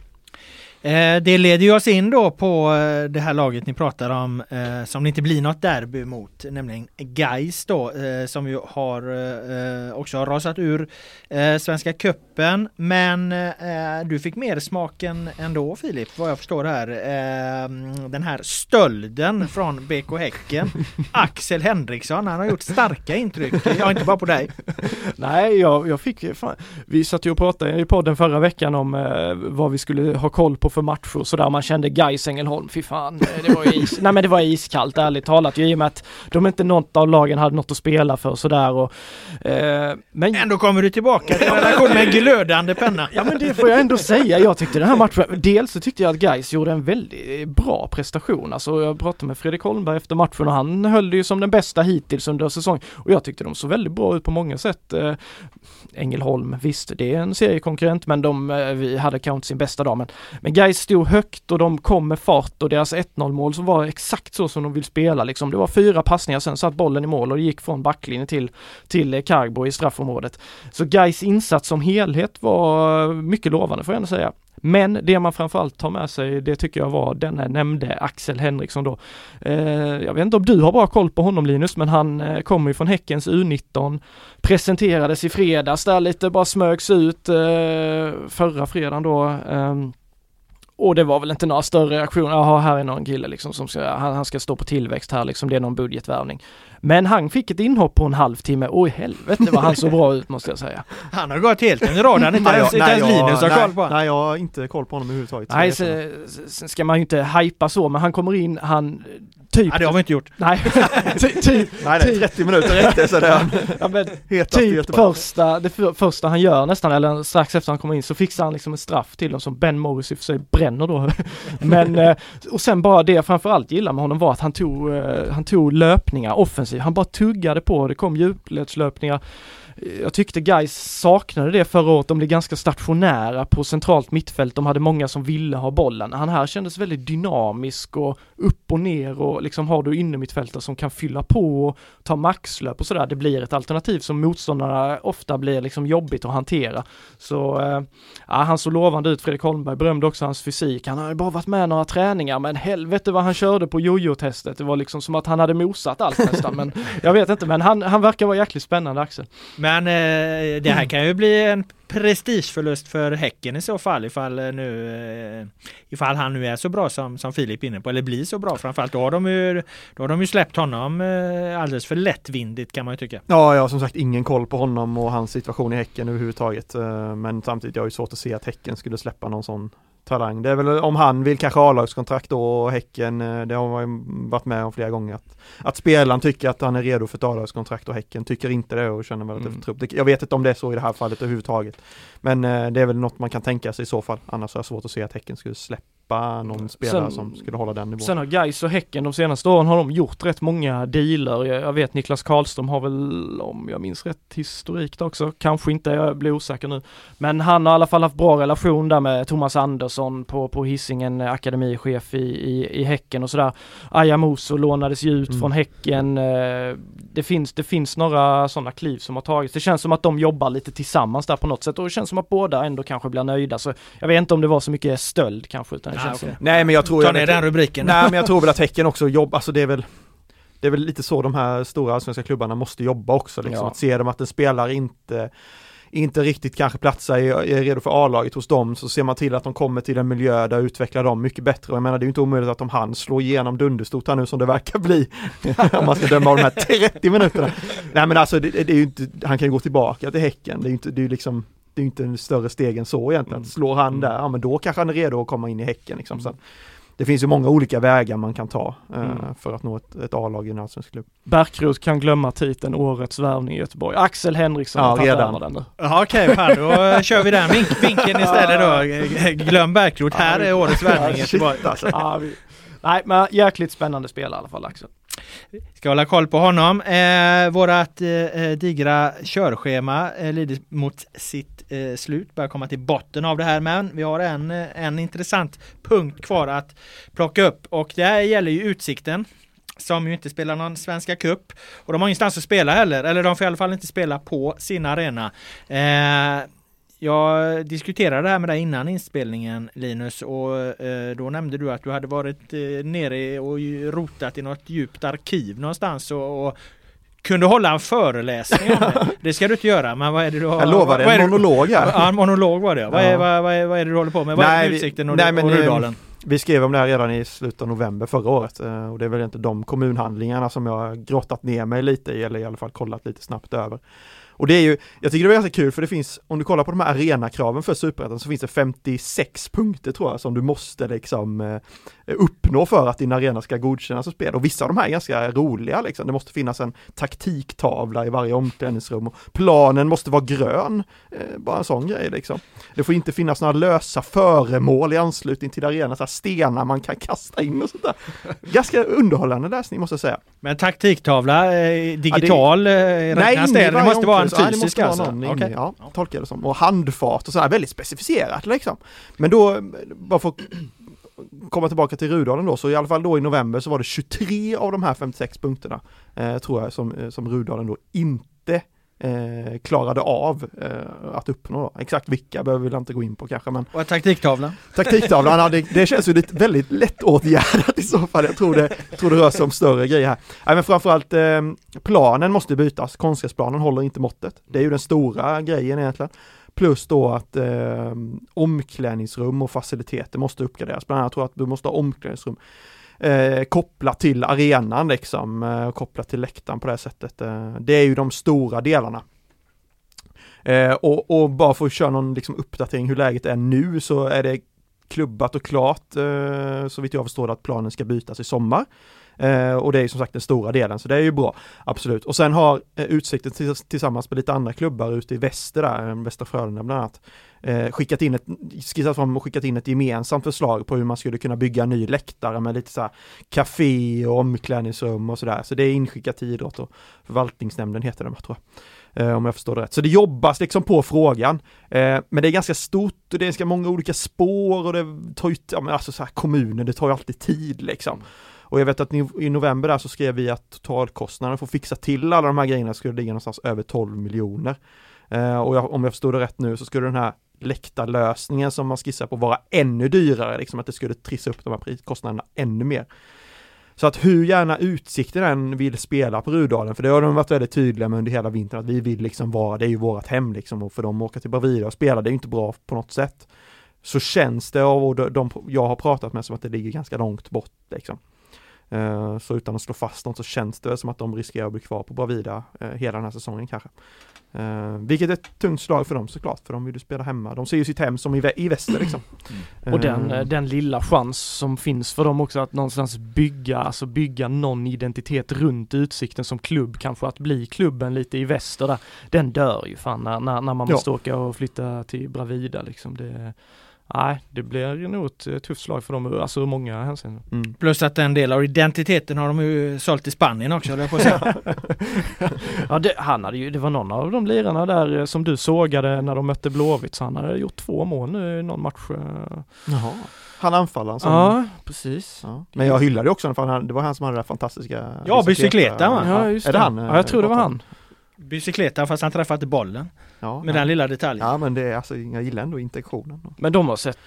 Det leder ju oss in då på det här laget ni pratar om, som det inte blir något derby mot, nämligen Gais då, som ju också har rasat ur Svenska cupen, men du fick mer smaken ändå, Filip, vad jag förstår här. Den här stölden från BK Häcken, Axel Henriksson, han har gjort starka intryck, inte bara på dig. Nej, jag fick, vi satt ju och pratade i podden förra veckan om vad vi skulle ha koll på för matcher, så där man kände Gais Ängelholm, fy fan, det var ju nej, men det var iskallt, ärligt talat, i och med att de inte något av lagen hade något att spela för, sådär, och men ändå kommer du tillbaka till relation med en glödande penna. Ja, men det får jag ändå säga. Jag tyckte den här matchen, dels så tyckte jag att Gais gjorde en väldigt bra prestation. Alltså, jag pratade med Fredrik Holmberg efter matchen och han höll det ju som den bästa hittills under säsongen, och jag tyckte de såg väldigt bra ut på många sätt. Ängelholm, visst, det är en seriekonkurrent, men vi hade kanske inte sin bästa dag, men Gais stod högt och de kom med fart, och deras 1-0 mål som var exakt så som de vill spela, liksom. Det var 4 passningar, sen satt bollen i mål och det gick från backlinjen till Kargbo i straffområdet. Så Gais insats som helhet var mycket lovande, får jag ändå säga. Men det man framförallt tar med sig, det tycker jag var den nämnde Axel Henriksson då. Jag vet inte om du har bra koll på honom, Linus, men han kommer ju från Häckens U19, presenterades i fredags där lite, bara smögs ut förra fredagen då. Och det var väl inte några större reaktioner. Jaha, här är någon kille liksom som han ska stå på tillväxt här liksom, det är någon budgetvärvning. Men han fick ett inhopp på en halvtimme. Oj, helvete var han så bra ut, måste jag säga. Han har gått helt under radarn, inte ens Linus har koll på honom. Nej, jag har inte koll på honom överhuvudtaget. Nej, sen ska man ju inte hypa så, men han kommer in, han typ... Ja, det har vi inte gjort. Nej, nej, 30 minuter räckte så det. Ja, men typ det första han gör nästan, eller strax efter han kommer in, så fixar han liksom en straff till dem som Ben Morris i och för sig bränner då. Men, och sen bara det jag framförallt gillar med honom var att han tog löpningar offensivt. Han bara tuggade på, det kom djupledslöpningar. Jag tyckte Gais saknade det förra året. De blev ganska stationära på centralt mittfält. De hade många som ville ha bollen. Han här kändes väldigt dynamisk och upp och ner, och liksom har du inne mittfältare som kan fylla på och ta maxlöp och sådär. Det blir ett alternativ som motståndarna ofta blir liksom jobbigt att hantera. Så han såg lovande ut. Fredrik Holmberg berömde också hans fysik. Han har ju bara varit med några träningar, men helvete vad han körde på jojo-testet. Det var liksom som att han hade mosat allt nästan. Men jag vet inte, men han verkar vara jäkligt spännande, Axel. Men det här kan ju bli en prestigeförlust för Häcken i så fall, ifall han nu är så bra som Filip är inne på, eller blir så bra framförallt. Då har de ju släppt honom alldeles för lättvindigt, kan man ju tycka. Ja, jag har som sagt ingen koll på honom och hans situation i Häcken överhuvudtaget. Men samtidigt jag är ju svårt att se att Häcken skulle släppa någon sån talang. Det är väl om han vill kanske A-lagskontrakt då, och Häcken, det har man ju varit med om flera gånger, att spelaren tycker att han är redo för ett A-lagskontrakt och Häcken tycker inte det och känner väl att det är för trupp. Jag vet inte om det är så i det här fallet överhuvudtaget, men det är väl något man kan tänka sig i så fall. Annars är det svårt att se att Häcken skulle släppa någon spelare som skulle hålla den nivån. Sen har Gais och Häcken de senaste åren har de gjort rätt många dealer. Jag vet Niklas Karlström har väl, om jag minns rätt, historik också. Kanske inte, jag blir osäker nu. Men han har i alla fall haft bra relation där med Thomas Andersson på Hisingen, akademichef i Häcken och sådär. Ayamuso lånades ju ut från Häcken. Det finns några sådana kliv som har tagits. Det känns som att de jobbar lite tillsammans där på något sätt, och det känns som att båda ändå kanske blir nöjda. Så jag vet inte om det var så mycket stöld kanske, utan det känns som... Nej, men jag tror... Ta ner den rubriken. Nej, men jag tror väl att Häcken också jobbar, alltså det är väl lite så de här stora allsvenska klubbarna måste jobba också, liksom. Ja. Att se dem att en spelare inte riktigt kanske platsar är redo för A-laget hos dem, så ser man till att de kommer till en miljö där utvecklar dem mycket bättre. Och jag menar, det är ju inte omöjligt att han slår igenom dunderstort här nu som det verkar bli om man ska döma av de här 30 minuterna. Nej, men alltså det är ju inte, han kan ju gå tillbaka till Häcken. Det är ju inte en större steg än så egentligen. Slår han där, ja men då kanske han är redo att komma in i Häcken liksom. Så det finns ju många olika vägar man kan ta för att nå ett A-lag i en allsvensk klubb. Bärkroth kan glömma titeln Årets värvning i Göteborg. Axel Henriksson har tagit över den. Ja, okej, då kör vi den vinkeln istället då. Glöm Bärkroth, här är Årets värvning i Göteborg. Nej, men jäkligt spännande spel i alla fall, Axel. Ska hålla koll på honom. Vårat digra körschema lider mot sitt slut. Börjar komma till botten av det här, men vi har en intressant punkt kvar att plocka upp, och det här gäller ju Utsikten, som ju inte spelar någon Svenska Cup, och de har ingenstans att spela heller, eller de får i alla fall inte spela på sin arena. Jag diskuterade det här med dig innan inspelningen, Linus, och då nämnde du att du hade varit nere och rotat i något djupt arkiv någonstans och kunde hålla en föreläsning om det. Det ska du inte göra, men vad är det du har? Jag lovar, en monolog här. Ja, en monolog var det. Ja. Vad är det du håller på med? Vad är Utsikten och Rudalen? Vi skrev om det här redan i slutet av november förra året, och det är väl inte de kommunhandlingarna som jag har grottat ner mig lite i, eller i alla fall kollat lite snabbt över. Och det är ju, jag tycker det är ganska kul, för det finns, om du kollar på de här arenakraven för Superettan, så finns det 56 punkter tror jag som du måste liksom uppnå för att din arena ska godkännas som spel. Och vissa av de här är ganska roliga liksom. Det måste finnas en taktiktavla i varje omklädningsrum, och planen måste vara grön, bara en sån grej liksom. Det får inte finnas några lösa föremål i anslutning till arenan, så här stenar man kan kasta in och sånt där. Ganska underhållande läsning, måste jag säga. Men taktiktavla, digital, räknas det? Det måste vara en fysisk alltså. Okay. Ja, tolkar det som. Och handfart och sådär, väldigt specificerat liksom. Men då, bara för att komma tillbaka till Rudalen då, så i alla fall då i november så var det 23 av de här 56 punkterna tror jag som Rudalen då inte klarade av att uppnå då. Exakt vilka behöver vi inte gå in på kanske. Men och taktiktavlan? Taktiktavlan, det känns ju lite, väldigt lätt åtgärdat i så fall. Jag tror det rör sig om större grejer här. Nej, men framförallt planen måste bytas. Konstgräsplanen håller inte måttet. Det är ju den stora grejen egentligen. Plus då att omklädningsrum och faciliteter måste uppgraderas. Bland annat tror jag att du måste ha omklädningsrum kopplat till arenan liksom, kopplat till läktaren på det här sättet. Det är ju de stora delarna. Och bara för att köra någon liksom uppdatering hur läget är nu, så är det klubbat och klart, så vitt jag förstår, att planen ska bytas i sommar. Och det är ju som sagt den stora delen, så det är ju bra, absolut. Och sen har Utsikten tillsammans med lite andra klubbar ute i väster där, Västra Frölunda bland annat, skickat in ett gemensamt förslag på hur man skulle kunna bygga en ny läktare med lite så här café och omklädningsrum och sådär. Så det är inskickat till idrott och förvaltningsnämnden heter det, tror jag. Om jag förstår det rätt. Så det jobbas liksom på frågan. Men det är ganska stort och det är ganska många olika spår och det tar ju, alltså så här, kommuner, det tar ju alltid tid liksom. Och jag vet att i november där så skrev vi att totalkostnaden för att fixa till alla de här grejerna skulle ligga någonstans över 12 miljoner. Och om jag förstår det rätt nu så skulle den här läktarlösningen som man skissar på vara ännu dyrare, liksom att det skulle trissa upp de här kostnaderna ännu mer. Så att hur gärna Utsikten än vill spela på Rudalen, för det har de varit väldigt tydliga med under hela vintern, att vi vill liksom vara, det är ju vårt hem liksom, och för dem åka till Bravida och spela, det är ju inte bra på något sätt. Så känns det av de jag har pratat med som att det ligger ganska långt bort liksom. Så utan att slå fast något så känns det som att de riskerar att bli kvar på Bravida hela den här säsongen kanske. Vilket är ett tungt slag för dem såklart, för de vill ju spela hemma. De ser ju sitt hem som i väster liksom. Och den lilla chans som finns för dem också att någonstans bygga någon identitet runt Utsikten som klubb, kanske att bli klubben lite i väster där, den dör ju fan när man måste åka och flytta till Bravida liksom. Det blir nog ett tufft slag för dem, alltså många hänsyn. Plus att en del av identiteten har de ju sålt i Spanien också, eller på att säga. Ja, det var någon av de lirarna där som du sågade när de mötte Blåvitt, så han hade gjort 2 mål nu i någon match. Jaha. Han anfallaren som... Ja, precis. Ja. Men jag hyllade också för det var han som hade det fantastiska... Ja, bicykleta va? Ja, just det. Är det han? Ja, jag tror det var han. Bicykleta, fast han träffade bollen. Ja, med den lilla detaljen. Ja, men det är, alltså, jag gillar ändå intentionen. Men de har sett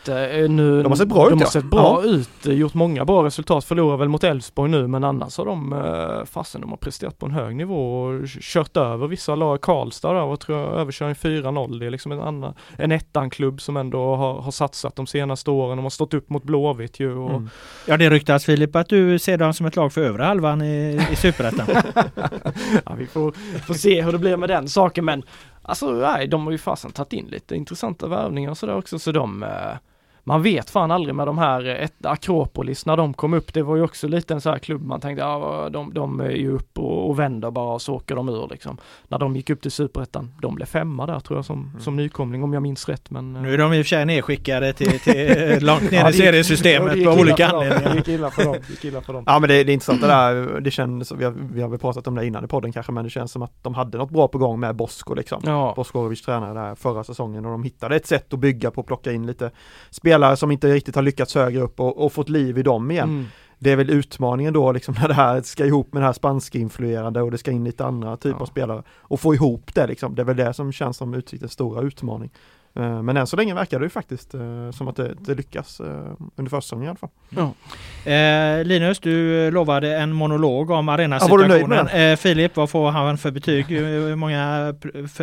bra ut, gjort många bra resultat, förlorar väl mot Elfsborg nu, men annars har de har presterat på en hög nivå och kört över vissa lag. Karlstad där, och tror jag överkör en 4-0. Det är liksom en ettan-klubb som ändå har satsat de senaste åren. De har stått upp mot Blåvitt ju. Och... Ja, det ryktas, Filip, att du ser dem som ett lag för övre halvan i Superettan. Ja, vi får se hur det blir med den saken, men alltså, nej, de har ju fasen tagit in lite intressanta värvningar och sådär också, så man vet fan aldrig med de här Akropolis när de kom upp. Det var ju också lite en så här klubb man tänkte, de är ju upp och vänder bara och så åker de ur liksom. När de gick upp till Superettan, de blev 5 där tror jag som nykomling, om jag minns rätt. Men nu är de i och för sig nedskickade till långt ner i seriesystemet på olika anledningar. Det gick illa för dem. Ja, men det är intressant det där. Det känns, vi har väl pratat om det innan i podden kanske, men det känns som att de hade något bra på gång med Bosko liksom. Ja. Boskorovic tränare där förra säsongen, och de hittade ett sätt att bygga på, plocka in lite spelare som inte riktigt har lyckats högre upp och fått liv i dem igen. Det är väl utmaningen då liksom, när det här ska ihop med det här spanska influerande och det ska in lite andra typer av spelare och få ihop det liksom. Det är väl det som känns som Utsiktens stora utmaning. Men än så länge verkar det ju faktiskt som att det lyckas under försäsongen i alla fall. Linus, du lovade en monolog om arenasituationen. Filip, vad får han för betyg? Hur många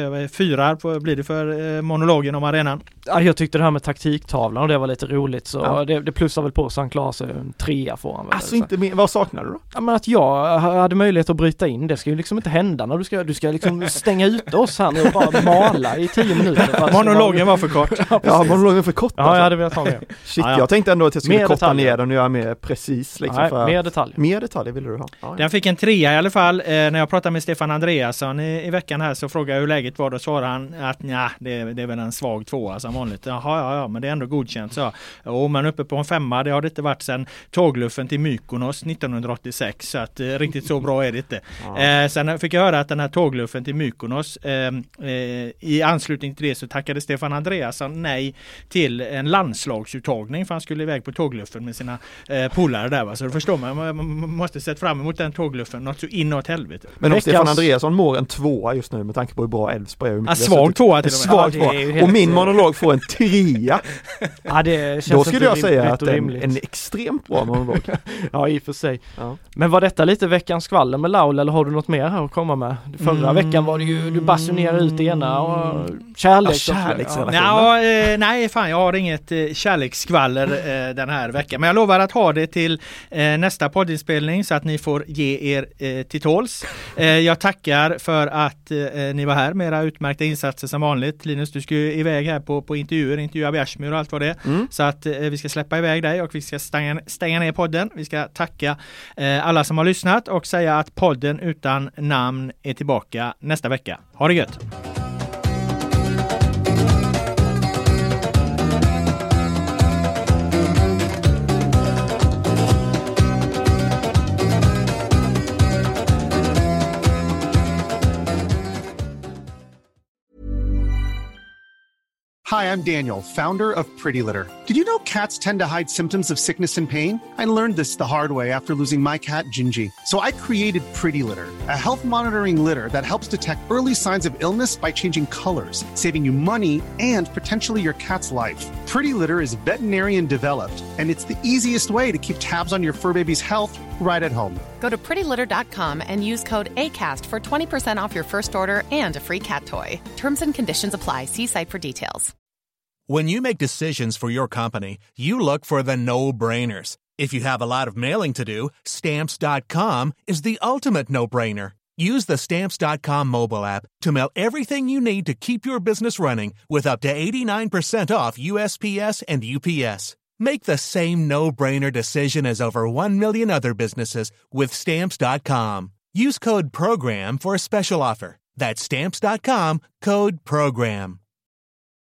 4 blir det för monologen om arenan? Ja, jag tyckte det här med taktiktavlan och det var lite roligt, så det plussar väl på så han klarar sig. En 3 får han väl. Alltså inte mer, vad saknar du då? Ja, men att jag hade möjlighet att bryta in. Det ska ju liksom inte hända när du ska liksom stänga ut oss här nu och bara mala i 10 minuter. Monologen var för kort. Ja, monologen var för kort. Ja, jag hade velat ha med. Shit, jag tänkte ändå att jag skulle korta ner den och göra mer precis. Liksom, nej, mer detaljer. Mer detaljer ville du ha. Ja, den fick en 3 i alla fall. När jag pratade med Stefan Andreasson i veckan här, så frågade jag hur läget var. Då svarade han att det är väl en svag 2 som vanligt. Ja, men det är ändå godkänt. Så. Men uppe på en 5, det har det inte varit sedan tågluffen till Mykonos 1986. Så att riktigt så bra är det inte. Sen fick jag höra att den här tågluffen till Mykonos, i anslutning till det så tackade Stefan Stefan Andreasson nej till en landslagsuttagning för han skulle iväg på tågluffen med sina polare där. Va? Så då förstår man måste sätta fram emot den tågluffen något så inåt helvete. Men om Stefan Andreasson mår en 2 just nu med tanke på hur bra Elfsborg är. Svag 2 till svag 2. Och min monolog får en 3. Ja, det känns då skulle jag säga att en extremt bra monolog. Ja, i och för sig. Ja. Men var detta lite veckans skvaller med Laul eller har du något mer här att komma med? Förra veckan var det ju, du basunerade ut det ena och kärleksrelation. Nej, fan jag har inget kärleksskvaller den här veckan. Men jag lovar att ha det till nästa poddinspelning så att ni får ge er till tåls. Jag tackar för att ni var här med era utmärkta insatser som vanligt. Linus, du ska ju iväg här på intervjua Bjärsmyr och allt vad det är. Så att vi ska släppa iväg dig och vi ska stänga ner podden. Vi ska tacka alla som har lyssnat och säga att podden utan namn är tillbaka nästa vecka. Ha det gött! Hi, I'm Daniel, founder of Pretty Litter. Did you know cats tend to hide symptoms of sickness and pain? I learned this the hard way after losing my cat, Gingy. So I created Pretty Litter, a health monitoring litter that helps detect early signs of illness by changing colors, saving you money and potentially your cat's life. Pretty Litter is veterinarian developed, and it's the easiest way to keep tabs on your fur baby's health right at home. Go to prettylitter.com and use code ACAST for 20% off your first order and a free cat toy. Terms and conditions apply. See site for details. When you make decisions for your company, you look for the no-brainers. If you have a lot of mailing to do, Stamps.com is the ultimate no-brainer. Use the Stamps.com mobile app to mail everything you need to keep your business running with up to 89% off USPS and UPS. Make the same no-brainer decision as over 1 million other businesses with Stamps.com. Use code PROGRAM for a special offer. That's Stamps.com, code PROGRAM.